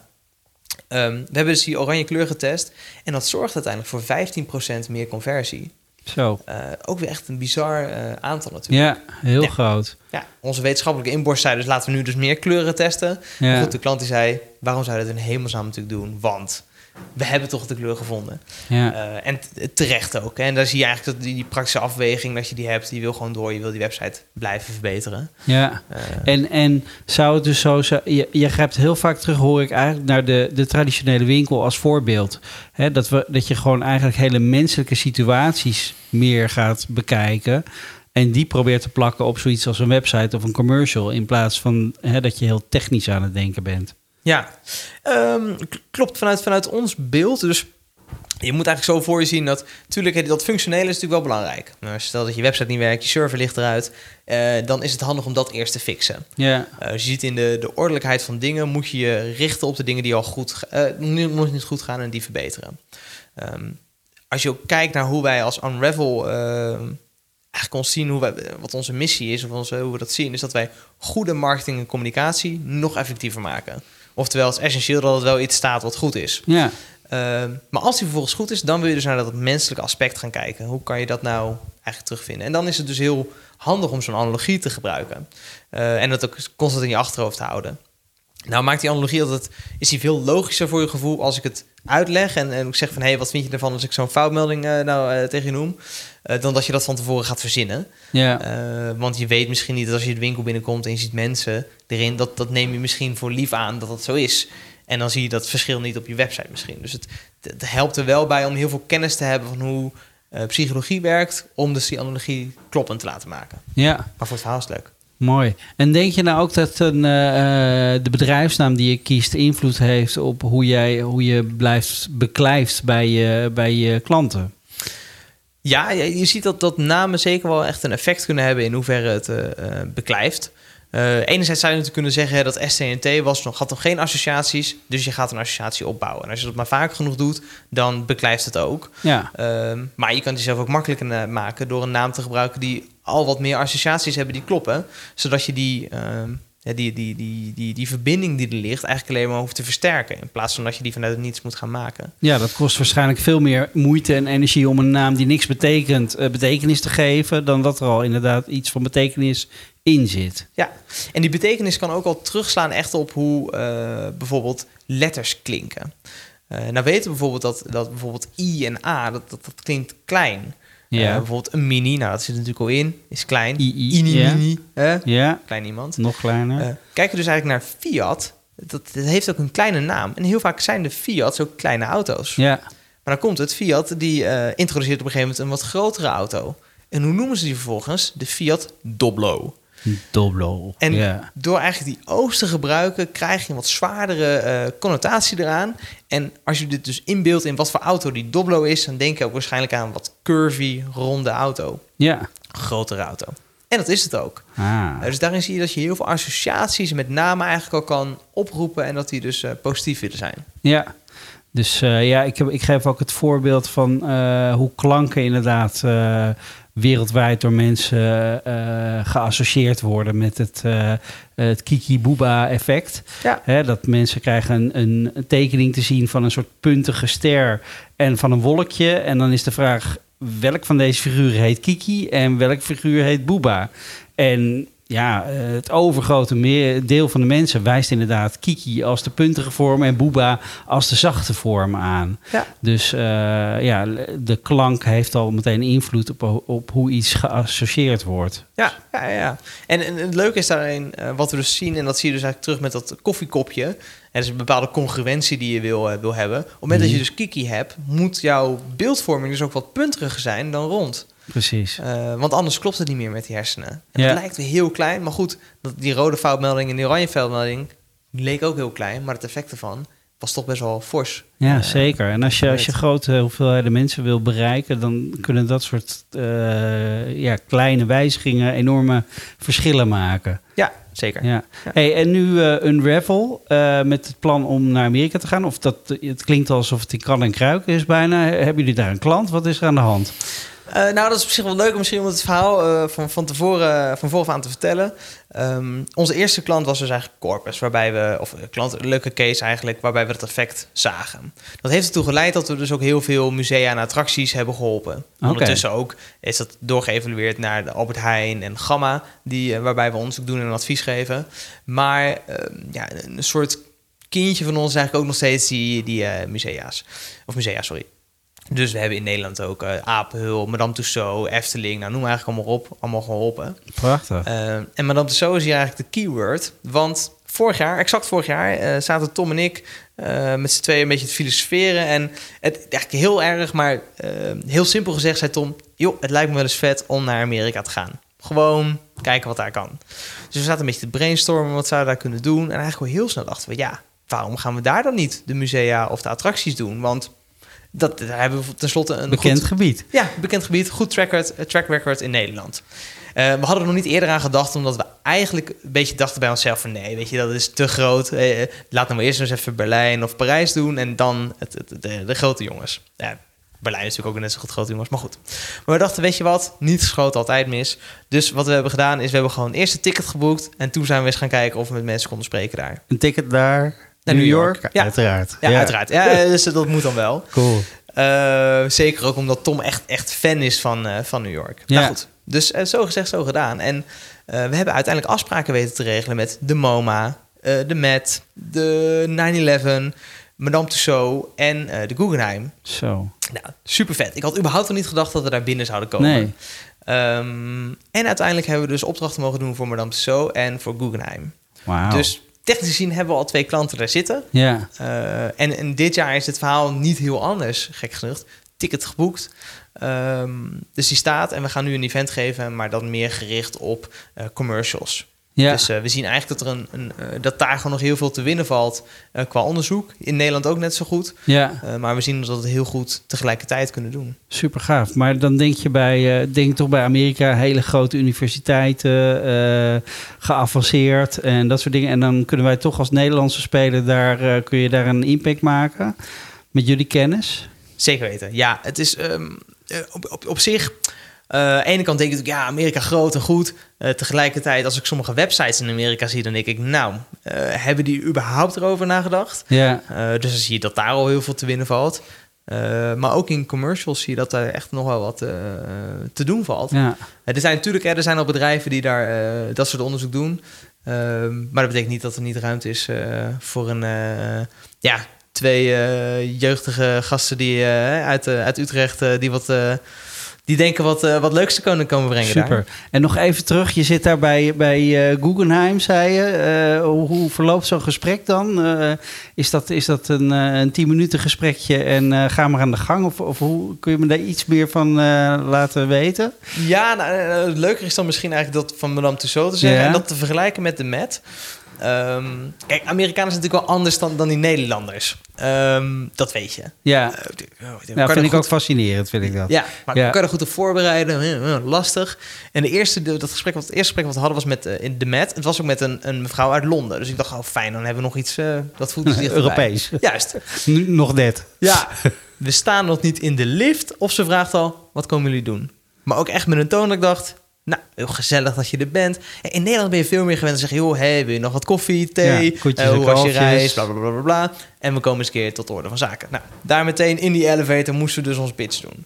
Um, we hebben dus die oranje kleur getest en dat zorgt uiteindelijk voor vijftien procent meer conversie. Zo. Uh, ook weer echt een bizar uh, aantal natuurlijk. Ja, heel ja. groot. Ja, onze wetenschappelijke inborst zei dus laten we nu dus meer kleuren testen. Ja. Maar goed, de klant die zei, waarom zou je dat in hemelsnaam natuurlijk doen? Want we hebben toch de kleur gevonden. Ja. Uh, en t- terecht ook. Hè? En daar zie je eigenlijk dat die, die praktische afweging dat je die hebt, die wil gewoon door. Je wil die website blijven verbeteren. Ja, uh, en, en zou het dus zo zijn, je, je grijpt heel vaak terug, hoor ik eigenlijk, naar de, de traditionele winkel als voorbeeld. Hè, dat, we, dat je gewoon eigenlijk hele menselijke situaties meer gaat bekijken. En die probeert te plakken op zoiets als een website of een commercial, in plaats van hè, dat je heel technisch aan het denken bent. Ja, um, klopt vanuit, vanuit ons beeld. Dus je moet eigenlijk zo voor je zien dat, natuurlijk, dat functionele is natuurlijk wel belangrijk. Nou, stel dat je website niet werkt, je server ligt eruit, uh, dan is het handig om dat eerst te fixen. Ja. Uh, als je ziet in de, de ordelijkheid van dingen, moet je je richten op de dingen die al goed, uh, nog niet goed gaan en die verbeteren. Um, als je ook kijkt naar hoe wij als Unravel Uh, eigenlijk ons zien hoe wij, wat onze missie is, of onze, hoe we dat zien, is dat wij goede marketing en communicatie nog effectiever maken. Oftewel, het is essentieel dat het wel iets staat wat goed is. Ja. Uh, maar als die vervolgens goed is, dan wil je dus naar dat menselijke aspect gaan kijken. Hoe kan je dat nou eigenlijk terugvinden? En dan is het dus heel handig om zo'n analogie te gebruiken. Uh, en dat ook constant in je achterhoofd te houden. Nou maakt die analogie altijd, is die veel logischer voor je gevoel als ik het uitleg en, en ik zeg van, hé, hey, wat vind je ervan als ik zo'n foutmelding uh, nou uh, tegen je noem, uh, dan dat je dat van tevoren gaat verzinnen. Ja. Uh, want je weet misschien niet dat als je de winkel binnenkomt en je ziet mensen erin, dat, dat neem je misschien voor lief aan dat dat zo is. En dan zie je dat verschil niet op je website misschien. Dus het, het helpt er wel bij om heel veel kennis te hebben van hoe uh, psychologie werkt, om dus die analogie kloppend te laten maken. Ja. Maar voor het verhaal is het leuk. Mooi. En denk je nou ook dat een, uh, de bedrijfsnaam die je kiest invloed heeft op hoe, jij, hoe je blijft beklijft bij je, bij je klanten? Ja, je ziet dat, dat namen zeker wel echt een effect kunnen hebben in hoeverre het uh, beklijft. Uh, enerzijds zou je natuurlijk kunnen zeggen dat S T N T was nog, had nog geen associaties, dus je gaat een associatie opbouwen. En als je dat maar vaak genoeg doet, dan beklijft het ook. Ja. Uh, maar je kan het jezelf ook makkelijker uh, maken door een naam te gebruiken die al wat meer associaties hebben die kloppen, zodat je die, uh, ja, die, die, die, die, die verbinding die er ligt eigenlijk alleen maar hoeft te versterken, in plaats van dat je die vanuit het niets moet gaan maken. Ja, dat kost waarschijnlijk veel meer moeite en energie om een naam die niks betekent, uh, betekenis te geven, dan dat er al inderdaad iets van betekenis in zit. Ja, en die betekenis kan ook al terugslaan echt op hoe uh, bijvoorbeeld letters klinken. Uh, nou weten we bijvoorbeeld dat, dat bijvoorbeeld I en A, dat, dat, dat klinkt klein. Ja. Uh, bijvoorbeeld een mini, nou dat zit er natuurlijk al in, is klein. I I, Ini, ja. mini, hè? Ja. Klein iemand. Nog kleiner. Uh, kijken we dus eigenlijk naar Fiat, dat, dat heeft ook een kleine naam. En heel vaak zijn de Fiat's ook kleine auto's. Ja. Maar dan komt het, Fiat die uh, introduceert op een gegeven moment een wat grotere auto. En hoe noemen ze die vervolgens? De Fiat Doblo. Doblo. En ja. door eigenlijk die O's te gebruiken, krijg je een wat zwaardere uh, connotatie eraan. En als je dit dus inbeeldt in wat voor auto die Doblo is, dan denk je ook waarschijnlijk aan een wat curvy, ronde auto. Ja. Grotere auto. En dat is het ook. Ah. Uh, dus daarin zie je dat je heel veel associaties met namen eigenlijk al kan oproepen en dat die dus uh, positief willen zijn. Ja. Dus uh, ja, ik, heb, ik geef ook het voorbeeld van uh, hoe klanken inderdaad uh, wereldwijd door mensen uh, geassocieerd worden met het, uh, het Kiki-Booba-effect. Ja. Hè, dat mensen krijgen een, een tekening te zien van een soort puntige ster en van een wolkje. En dan is de vraag, welk van deze figuren heet Kiki en welk figuur heet Booba? En ja, het overgrote meer, deel van de mensen wijst inderdaad Kiki als de puntige vorm en Booba als de zachte vorm aan. Ja. Dus uh, ja, de klank heeft al meteen invloed op, op hoe iets geassocieerd wordt. Ja, ja, ja. En, en het leuke is daarin, uh, wat we dus zien, en dat zie je dus eigenlijk terug met dat koffiekopje. En dat is een bepaalde congruentie die je wil, uh, wil hebben. Op het moment mm. dat je dus Kiki hebt, moet jouw beeldvorming dus ook wat puntiger zijn dan rond. Precies. Uh, want anders klopt het niet meer met die hersenen. En ja. dat lijkt weer heel klein. Maar goed, dat, die rode foutmelding en die oranje foutmelding leek ook heel klein. Maar het effect ervan was toch best wel fors. Ja, uh, zeker. En als je, als je grote hoeveelheden mensen wil bereiken, dan kunnen dat soort uh, ja, kleine wijzigingen enorme verschillen maken. Ja, zeker. Ja. Ja. Hey, en nu uh, Unravel uh, met het plan om naar Amerika te gaan. Of dat, het klinkt alsof het in kan en kruik is bijna. Hebben jullie daar een klant? Wat is er aan de hand? Uh, nou, dat is op zich wel leuk misschien om het verhaal uh, van, van tevoren van vooraf aan te vertellen. Um, onze eerste klant was dus eigenlijk Corpus, waarbij we, of klant, een leuke case eigenlijk, waarbij we het effect zagen. Dat heeft ertoe geleid dat we dus ook heel veel musea en attracties hebben geholpen. Okay. Ondertussen ook is dat doorgeëvalueerd naar de Albert Heijn en Gamma, die, uh, waarbij we onderzoek doen en een advies geven. Maar uh, ja, een soort kindje van ons is eigenlijk ook nog steeds die, die uh, musea's. Of musea, sorry. Dus we hebben in Nederland ook uh, Apenhul, Madame Tussauds, Efteling, nou noem maar eigenlijk allemaal op, allemaal geholpen. Prachtig. Uh, en Madame Tussauds is hier eigenlijk de keyword, want vorig jaar, exact vorig jaar, uh, zaten Tom en ik uh, met z'n tweeën een beetje te filosoferen. En het eigenlijk heel erg, maar uh, heel simpel gezegd zei Tom, joh, het lijkt me wel eens vet om naar Amerika te gaan. Gewoon kijken wat daar kan. Dus we zaten een beetje te brainstormen, wat zouden we daar kunnen doen. En eigenlijk al heel snel dachten we, ja, waarom gaan we daar dan niet de musea of de attracties doen? Want dat, daar hebben we tenslotte een bekend goed, gebied. Ja, bekend gebied. Goed track record, track record in Nederland. Uh, we hadden er nog niet eerder aan gedacht, omdat we eigenlijk een beetje dachten bij onszelf van nee, weet je, dat is te groot. Uh, laat nou maar eerst eens even Berlijn of Parijs doen en dan het, het, de, de grote jongens. Ja, Berlijn is natuurlijk ook net zo goed grote jongens, maar goed. Maar we dachten, weet je wat, niet groot altijd mis. Dus wat we hebben gedaan is, we hebben gewoon eerst een ticket geboekt en toen zijn we eens gaan kijken of we met mensen konden spreken daar. Een ticket daar? Naar New York? York? Ja, uiteraard. Ja, ja. uiteraard. Ja, dus dat moet dan wel. Cool. Uh, zeker ook omdat Tom echt, echt fan is van, uh, van New York. Ja. Nou goed, dus uh, zo gezegd, zo gedaan. En uh, we hebben uiteindelijk afspraken weten te regelen met de MoMA, uh, de Met, de nine eleven, Madame Tussauds en uh, de Guggenheim. Zo. Nou, super vet. Ik had überhaupt nog niet gedacht dat we daar binnen zouden komen. Nee. Um, en uiteindelijk hebben we dus opdrachten mogen doen voor Madame Tussauds en voor Guggenheim. Wauw. Dus technisch gezien hebben we al twee klanten daar zitten. Ja. Uh, en, en dit jaar is het verhaal niet heel anders, gek genoeg. Ticket geboekt. Um, dus die staat en we gaan nu een event geven, maar dan meer gericht op uh, commercials. Ja. Dus uh, we zien eigenlijk dat, er een, een, uh, dat daar gewoon nog heel veel te winnen valt uh, qua onderzoek. In Nederland ook net zo goed. Ja. Uh, maar we zien dat we het heel goed tegelijkertijd kunnen doen. Super gaaf. Maar dan denk je bij, uh, denk toch bij Amerika, hele grote universiteiten, uh, geavanceerd en dat soort dingen. En dan kunnen wij toch als Nederlandse speler, daar uh, kun je daar een impact maken met jullie kennis? Zeker weten. Ja, het is um, uh, op, op, op zich... Uh, aan de ene kant denk ik, ja, Amerika groot en goed. Uh, tegelijkertijd, als ik sommige websites in Amerika zie, dan denk ik, nou, uh, hebben die überhaupt erover nagedacht? Ja. Uh, dus dan zie je dat daar al heel veel te winnen valt. Uh, maar ook in commercials zie je dat daar echt nog wel wat uh, te doen valt. Ja. Uh, er zijn natuurlijk, er zijn al bedrijven die daar uh, dat soort onderzoek doen. Uh, maar dat betekent niet dat er niet ruimte is uh, voor een, uh, ja, twee uh, jeugdige gasten die uh, uit, uh, uit Utrecht, uh, die wat... Uh, Die denken wat, uh, wat leuks te kunnen komen brengen. Super. Daar. En nog even terug, je zit daar bij, bij uh, Guggenheim, zei je. Uh, hoe, hoe verloopt zo'n gesprek dan? Uh, is dat, is dat een, uh, een tien minuten gesprekje en uh, ga maar aan de gang? Of, of hoe kun je me daar iets meer van uh, laten weten? Ja, nou, uh, het leuker is dan misschien eigenlijk dat van Madame Tussauds te zeggen. Ja. En dat te vergelijken met de Met. Um, kijk, Amerikanen zijn natuurlijk wel anders dan, dan die Nederlanders. Um, dat weet je. Ja, uh, oh, ja vind ik goed... ook fascinerend, vind ik dat. Ja, maar ja. kan je er goed op voorbereiden. Uh, lastig. En de eerste, de, dat gesprek, wat, het eerste gesprek wat we hadden was met uh, in de Met. Het was ook met een, een mevrouw uit Londen. Dus ik dacht, oh fijn, dan hebben we nog iets... Uh, dat voelt zich Europees. Juist. Nu, nog net. Ja, we staan nog niet in de lift. Of ze vraagt al, wat komen jullie doen? Maar ook echt met een toon dat ik dacht... Nou, heel gezellig dat je er bent. In Nederland ben je veel meer gewend te zeggen... joh, hey, wil je nog wat koffie, thee? Ja, uh, hoe was je reis? Bla, bla, bla, bla, bla. En we komen eens een keer tot de orde van zaken. Nou, daar meteen in die elevator moesten we dus ons pitch doen.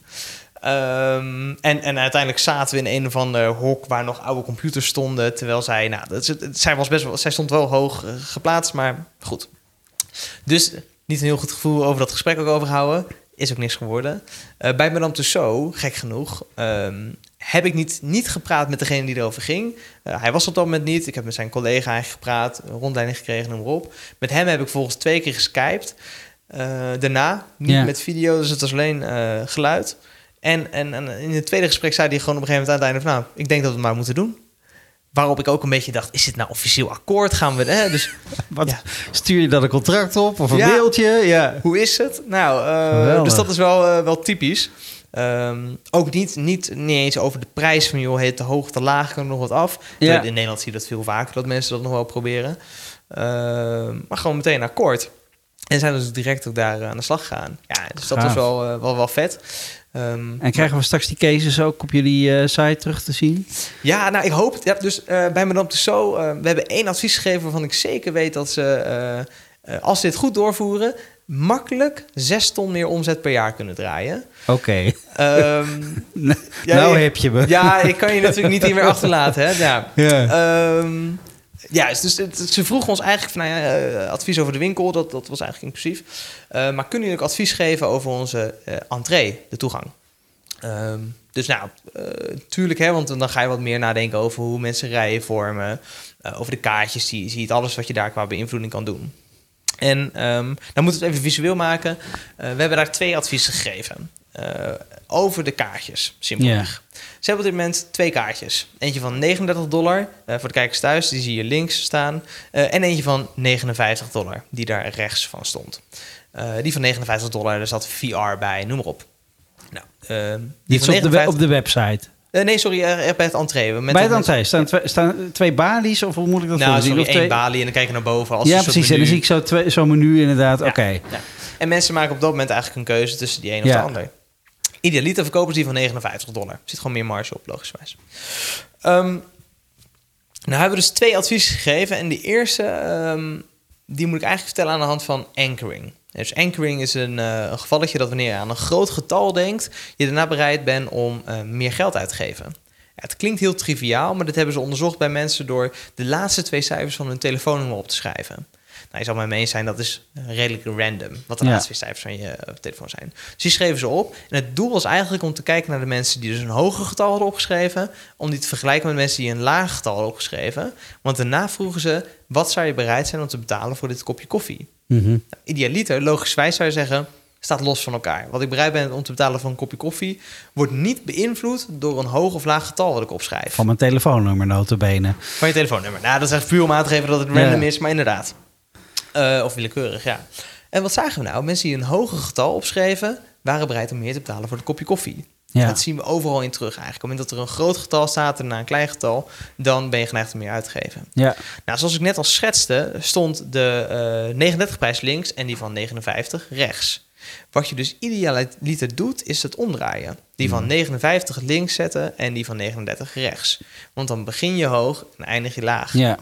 Um, en, en uiteindelijk zaten we in een of ander hok... waar nog oude computers stonden. Terwijl zij... Nou, dat, zij, was best wel, zij stond wel hoog uh, geplaatst, maar goed. Dus niet een heel goed gevoel over dat gesprek ook overhouden. Is ook niks geworden. Uh, bij Madame Tussauds, gek genoeg... Um, heb ik niet, niet gepraat met degene die erover ging. Uh, hij was op dat moment niet. Ik heb met zijn collega eigenlijk gepraat, een rondleiding gekregen, noem maar op. Met hem heb ik volgens twee keer geskyped. Uh, daarna, niet yeah. met video, dus het was alleen uh, geluid. En, en, en in het tweede gesprek zei hij gewoon op een gegeven moment aan het einde van... nou, ik denk dat we het maar moeten doen. Waarop ik ook een beetje dacht, is dit nou officieel akkoord? Gaan we... Hè? Dus, Wat, ja. Stuur je dan een contract op of een ja. mailtje? Ja. Hoe is het? Nou, uh, dus dat is wel, uh, wel typisch. Um, ook niet, niet, niet eens over de prijs van... joh, te hoog, te laag, kan er nog wat af. Ja. In Nederland zie je dat veel vaker, dat mensen dat nog wel proberen. Uh, maar gewoon meteen akkoord. En zijn dus direct ook daar aan de slag gegaan. Ja, dus dat Gaaf. was wel, uh, wel, wel vet. Um, en krijgen we straks die cases ook op jullie uh, site terug te zien? Ja, nou, ik hoop het. Ja, dus uh, bij Madame Tussauds, uh, we hebben één advies gegeven... waarvan ik zeker weet dat ze, uh, uh, als ze dit goed doorvoeren... makkelijk zes ton meer omzet per jaar kunnen draaien. Oké. Okay. Um, ja, nou heb je me. Ja, ik kan je natuurlijk niet hier meer achterlaten. Hè? Ja. Ja. Um, ja, dus het, ze vroegen ons eigenlijk van, nou ja, uh, advies over de winkel. Dat, dat was eigenlijk inclusief. Uh, maar kunnen jullie ook advies geven over onze uh, entree, de toegang? Um, dus nou, uh, tuurlijk, hè, want dan ga je wat meer nadenken over hoe mensen rijen vormen. Uh, over de kaartjes, zie, zie je het alles wat je daar qua beïnvloeding kan doen. En um, dan moeten we het even visueel maken. Uh, we hebben daar twee adviezen gegeven. Uh, over de kaartjes, simpelweg. Yeah. Ze hebben op dit moment twee kaartjes. Eentje van negenendertig dollar, uh, voor de kijkers thuis, die zie je links staan. Uh, en eentje van negenenvijftig dollar, die daar rechts van stond. Uh, die van negenenvijftig dollar, daar zat V R bij, noem maar op. Nou, uh, die Dit is op de, op de website? Uh, nee, sorry, uh, bij het entree. Met bij het entree staan, twee, staan twee balies of hoe moet ik dat nou, voorzien? Sorry, of één twee... balie en dan kijk je naar boven. Als ja, precies. En dan zie ik zo'n zo, zo menu inderdaad. Ja, Oké. Okay. Ja. En mensen maken op dat moment eigenlijk een keuze tussen die een of ja. de ander. Idealiter verkopen ze die van negenenvijftig dollar. Er zit gewoon meer marge op, logischwijs. Um, nou hebben we dus twee adviezen gegeven. En de eerste, um, die moet ik eigenlijk vertellen aan de hand van anchoring. Dus anchoring is een, uh, een gevalletje dat wanneer je aan een groot getal denkt... je daarna bereid bent om uh, meer geld uit te geven. Ja, het klinkt heel triviaal, maar dit hebben ze onderzocht bij mensen... door de laatste twee cijfers van hun telefoonnummer op te schrijven. Nou, je zal mij mee eens zijn, dat is redelijk random... wat de ja. laatste twee cijfers van je uh, telefoon zijn. Dus die schreven ze op. En het doel was eigenlijk om te kijken naar de mensen... die dus een hoger getal hadden opgeschreven... om die te vergelijken met mensen die een laag getal hadden opgeschreven. Want daarna vroegen ze... wat zou je bereid zijn om te betalen voor dit kopje koffie? Mm-hmm. Nou, idealiter, logischwijs zou je zeggen... staat los van elkaar. Wat ik bereid ben om te betalen voor een kopje koffie wordt niet beïnvloed door een hoog of laag getal wat ik opschrijf. Van mijn telefoonnummer nota bene. Van je telefoonnummer. Nou, dat is echt puur om aan te geven dat het random Ja. is, maar inderdaad. Uh, of willekeurig, ja. En wat zagen we nou? Mensen die een hoger getal opschreven, waren bereid om meer te betalen voor het kopje koffie. Ja. Dat zien we overal in terug eigenlijk. Op het moment dat er een groot getal staat en na een klein getal, dan ben je geneigd om meer uit te geven. Ja. Nou, zoals ik net al schetste, stond de uh, negenendertig prijs links en die van negenenvijftig rechts. Wat je dus idealiter doet, is het omdraaien. Die van negenenvijftig links zetten en die van negenendertig rechts. Want dan begin je hoog en eindig je laag. Ja.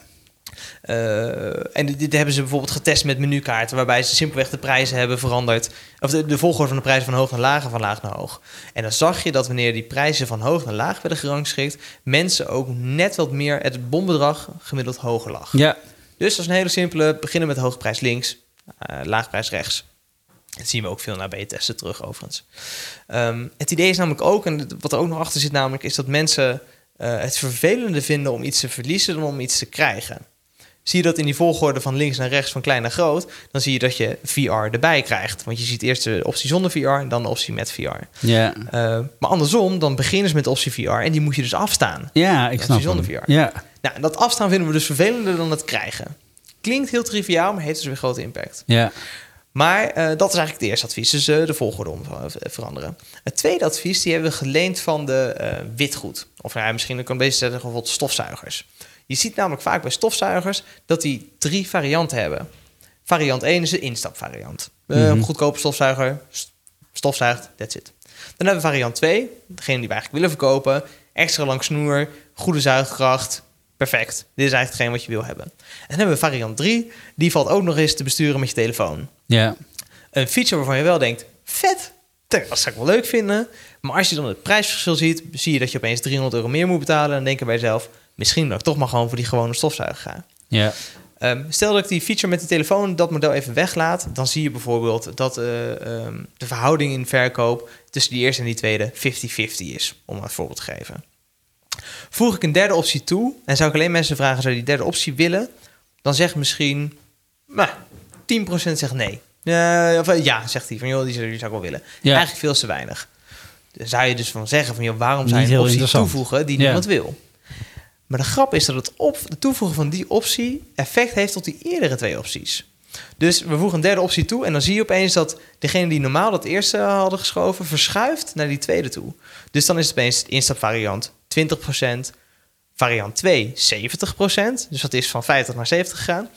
Uh, en dit, dit hebben ze bijvoorbeeld getest met menukaarten, waarbij ze simpelweg de prijzen hebben veranderd. Of de, de volgorde van de prijzen van hoog naar laag en van laag naar hoog. En dan zag je dat wanneer die prijzen van hoog naar laag werden gerangschikt, mensen ook net wat meer, het bonbedrag gemiddeld hoger lag. Ja. Dus dat is een hele simpele, beginnen met hoge prijs links, uh, laagprijs rechts. Dat zien we ook veel naar B testen terug overigens. Um, het idee is namelijk ook, en wat er ook nog achter zit namelijk, is dat mensen uh, het vervelende vinden om iets te verliezen dan om iets te krijgen. Zie je dat in die volgorde van links naar rechts, van klein naar groot, dan zie je dat je V R erbij krijgt. Want je ziet eerst de optie zonder V R en dan de optie met V R. Ja. Uh, maar andersom, dan beginnen ze met de optie V R en die moet je dus afstaan. Ja, ik snap zonder hem. V R. Ja. Nou, dat afstaan vinden we dus vervelender dan het krijgen. Klinkt heel triviaal, maar heeft dus weer grote impact. Ja. Maar uh, dat is eigenlijk het eerste advies, dus uh, de volgorde om uh, veranderen. Het tweede advies, die hebben we geleend van de uh, witgoed. Of ja, misschien kan ik beter zeggen, bijvoorbeeld stofzuigers. Je ziet namelijk vaak bij stofzuigers dat die drie varianten hebben. Variant één is de instapvariant. Uh, Mm-hmm. Een goedkope stofzuiger, st- stofzuigt, that's it. Dan hebben we variant twee, degene die we eigenlijk willen verkopen. Extra lang snoer, goede zuigkracht, perfect. Dit is eigenlijk hetgeen wat je wil hebben. En dan hebben we variant drie, die valt ook nog eens te besturen met je telefoon. Ja. Een feature waarvan je wel denkt, vet, dat zou ik wel leuk vinden. Maar als je dan het prijsverschil ziet, zie je dat je opeens driehonderd euro meer moet betalen. En dan denk je bij jezelf, misschien dat ik toch maar gewoon voor die gewone stofzuiger ga. Ja. Um, stel dat ik die feature met die telefoon, dat model even weglaat, dan zie je bijvoorbeeld dat uh, um, de verhouding in verkoop tussen die eerste en die tweede vijftig vijftig is, om een voorbeeld te geven. Voeg ik een derde optie toe en zou ik alleen mensen vragen, zou je die derde optie willen? Dan zegt misschien, nou, tien procent zegt nee. Uh, of, uh, ja, zegt hij, van joh, die zou, die zou ik wel willen. Ja. Eigenlijk veel te weinig. Dan zou je dus van zeggen, van joh, waarom zou Niet je een heel optie interessant. toevoegen die Ja. niemand wil? Maar de grap is dat het op, het toevoegen van die optie effect heeft tot die eerdere twee opties. Dus we voegen een derde optie toe en dan zie je opeens dat degene die normaal dat eerste hadden geschoven, verschuift naar die tweede toe. Dus dan is het opeens instapvariant twintig procent, variant twee zeventig procent, dus dat is van vijftig naar zeventig gegaan.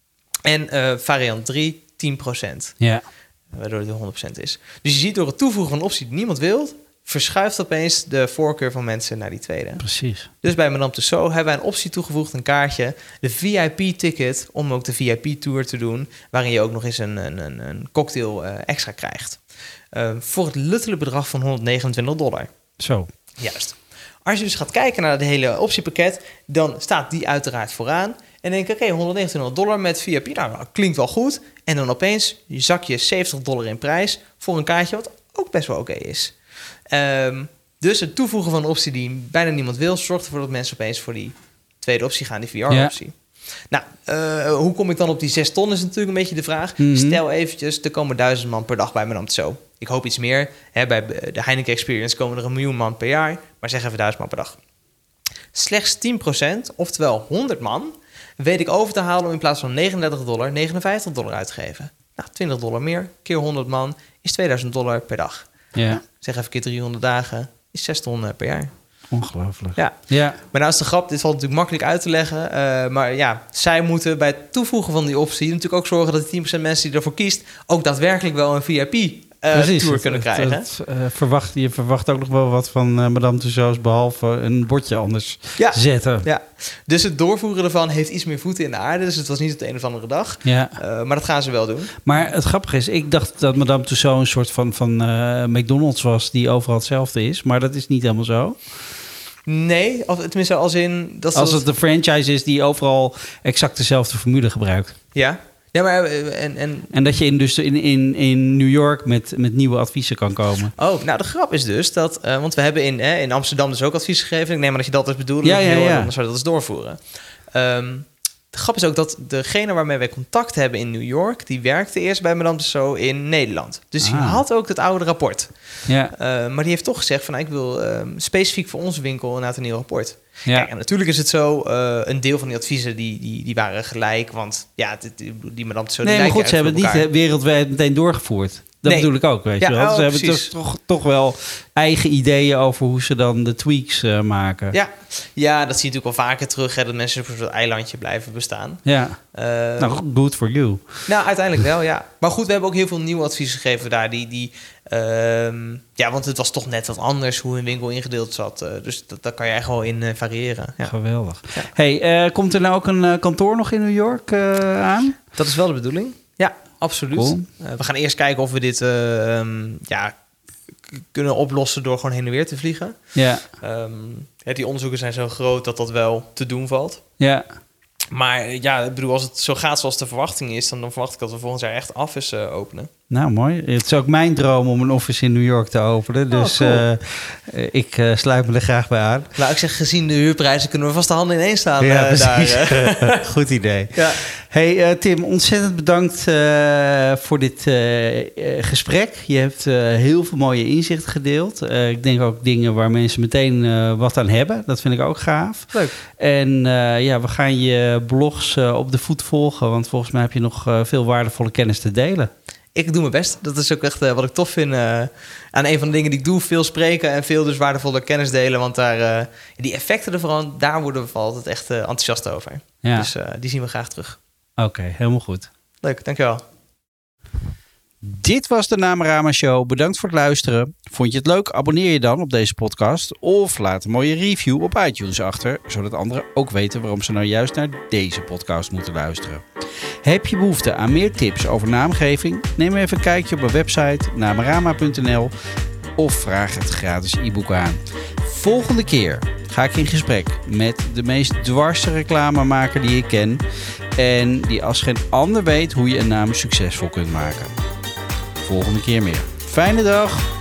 En uh, variant drie tien procent, Ja. waardoor het weer honderd procent is. Dus je ziet door het toevoegen van een optie die niemand wil, verschuift opeens de voorkeur van mensen naar die tweede. Precies. Dus bij Madame Tussauds hebben wij een optie toegevoegd, een kaartje, de V I P-ticket, om ook de V I P-tour te doen, waarin je ook nog eens een, een, een cocktail uh, extra krijgt. Uh, voor het luttele bedrag van honderdnegenentwintig dollar. Zo. Juist. Als je dus gaat kijken naar het hele optiepakket, dan staat die uiteraard vooraan. En denk ik, oké, okay, honderdnegenentwintig dollar met V I P, nou, dat klinkt wel goed. En dan opeens zak je zeventig dollar in prijs voor een kaartje, wat ook best wel oké okay is. Um, dus het toevoegen van een optie die bijna niemand wil, zorgt ervoor dat mensen opeens voor die tweede optie gaan, die V R-optie. Ja. Nou, uh, hoe kom ik dan op die zes ton is natuurlijk een beetje de vraag. Mm-hmm. Stel eventjes, er komen duizend man per dag bij Madame Tussauds. Ik hoop iets meer. Hè, bij de Heineken Experience komen er een miljoen man per jaar, maar zeg even duizend man per dag. Slechts tien procent, oftewel honderd man, weet ik over te halen om in plaats van negenendertig dollar, negenenvijftig dollar uit te geven. Nou, twintig dollar meer, keer honderd man, is tweeduizend dollar per dag. Ja. Zeg even keer driehonderd dagen, is zes ton per jaar. Ongelooflijk. Ja. Ja. Maar nou is de grap, dit valt natuurlijk makkelijk uit te leggen. Uh, maar ja, zij moeten bij het toevoegen van die optie natuurlijk ook zorgen dat de tien procent mensen die ervoor kiest ook daadwerkelijk wel een V I P uh, Precies, tour het, kunnen het, krijgen. Het, uh, verwacht, je verwacht ook nog wel wat van uh, Madame Tussauds, behalve een bordje anders ja. zetten. Ja, dus het doorvoeren ervan heeft iets meer voeten in de aarde. Dus het was niet op de een of andere dag. Ja. Uh, maar dat gaan ze wel doen. Maar het grappige is, ik dacht dat Madame Tussauds een soort van, van uh, McDonald's was die overal hetzelfde is. Maar dat is niet helemaal zo. Nee, of tenminste als in... Dat als dat... het de franchise is die overal exact dezelfde formule gebruikt. Ja, ja maar... En, en... en dat je in, dus in, in, in New York met, met nieuwe adviezen kan komen. Oh, nou de grap is dus dat... Uh, want we hebben in, eh, in Amsterdam dus ook advies gegeven. Ik neem maar dat je dat dus bedoelt. Ja, ja, ja. Dan zou je dat dus doorvoeren. Um, de grap is ook dat degene waarmee wij contact hebben in New York, die werkte eerst bij Madame Tussauds in Nederland. Dus die Ah. had ook het oude rapport. Ja. Uh, maar die heeft toch gezegd van, nou, ik wil uh, specifiek voor onze winkel inderdaad een nieuw rapport. Ja. Kijk, en natuurlijk is het zo, uh, een deel van die adviezen die, die, die waren gelijk, want ja, die, die, die Madame Tussauds... Nee, maar goed, ze hebben het niet elkaar. wereldwijd meteen doorgevoerd. Dat Nee. bedoel ik ook, weet Ja, je wel. oh, Ze hebben precies. dus toch, toch wel eigen ideeën over hoe ze dan de tweaks uh, maken. Ja. ja, dat zie je natuurlijk al vaker terug, hè, dat mensen op een soort eilandje blijven bestaan. Ja. Uh, Nou, good for you. Nou, uiteindelijk wel, ja. Maar goed, we hebben ook heel veel nieuwe adviezen gegeven daar. Die, die, um, ja, want het was toch net wat anders hoe een winkel ingedeeld zat. Uh, dus dat, daar kan je echt wel in uh, variëren. Ja. Geweldig. Ja. Hey, uh, komt er nou ook een uh, kantoor nog in New York uh, aan? Dat is wel de bedoeling. Ja, absoluut. Cool. Uh, we gaan eerst kijken of we dit uh, um, ja, k- kunnen oplossen door gewoon heen en weer te vliegen. Ja. Um, ja, die onderzoeken zijn zo groot dat dat wel te doen valt. Ja. Maar ja, ik bedoel, als het zo gaat zoals de verwachting is, dan, dan verwacht ik dat we volgend jaar echt office uh, openen. Nou, mooi. Het is ook mijn droom om een office in New York te openen. Dus Oh, cool. uh, ik uh, sluit me er graag bij aan. Nou, ik zeg, gezien de huurprijzen kunnen we vast de handen ineens staan. Ja, uh, daar, uh. Goed idee. Ja. Hey uh, Tim, ontzettend bedankt uh, voor dit uh, uh, gesprek. Je hebt uh, heel veel mooie inzichten gedeeld. Uh, ik denk ook dingen waar mensen meteen uh, wat aan hebben. Dat vind ik ook gaaf. Leuk. En uh, ja, we gaan je blogs uh, op de voet volgen. Want volgens mij heb je nog uh, veel waardevolle kennis te delen. Ik doe mijn best. Dat is ook echt uh, wat ik tof vind uh, aan een van de dingen die ik doe. Veel spreken en veel dus waardevolle kennis delen. Want daar, uh, die effecten ervan, daar worden we altijd echt uh, enthousiast over. Ja. Dus uh, die zien we graag terug. Oké, okay, helemaal goed. Leuk, dankjewel. Dit was de Namarama Show. Bedankt voor het luisteren. Vond je het leuk? Abonneer je dan op deze podcast. Of laat een mooie review op iTunes achter. Zodat anderen ook weten waarom ze nou juist naar deze podcast moeten luisteren. Heb je behoefte aan meer tips over naamgeving? Neem even een kijkje op mijn website namarama punt n l of vraag het gratis e-book aan. Volgende keer ga ik in gesprek met de meest dwarse reclamemaker die ik ken. En die als geen ander weet hoe je een naam succesvol kunt maken. Volgende keer meer. Fijne dag!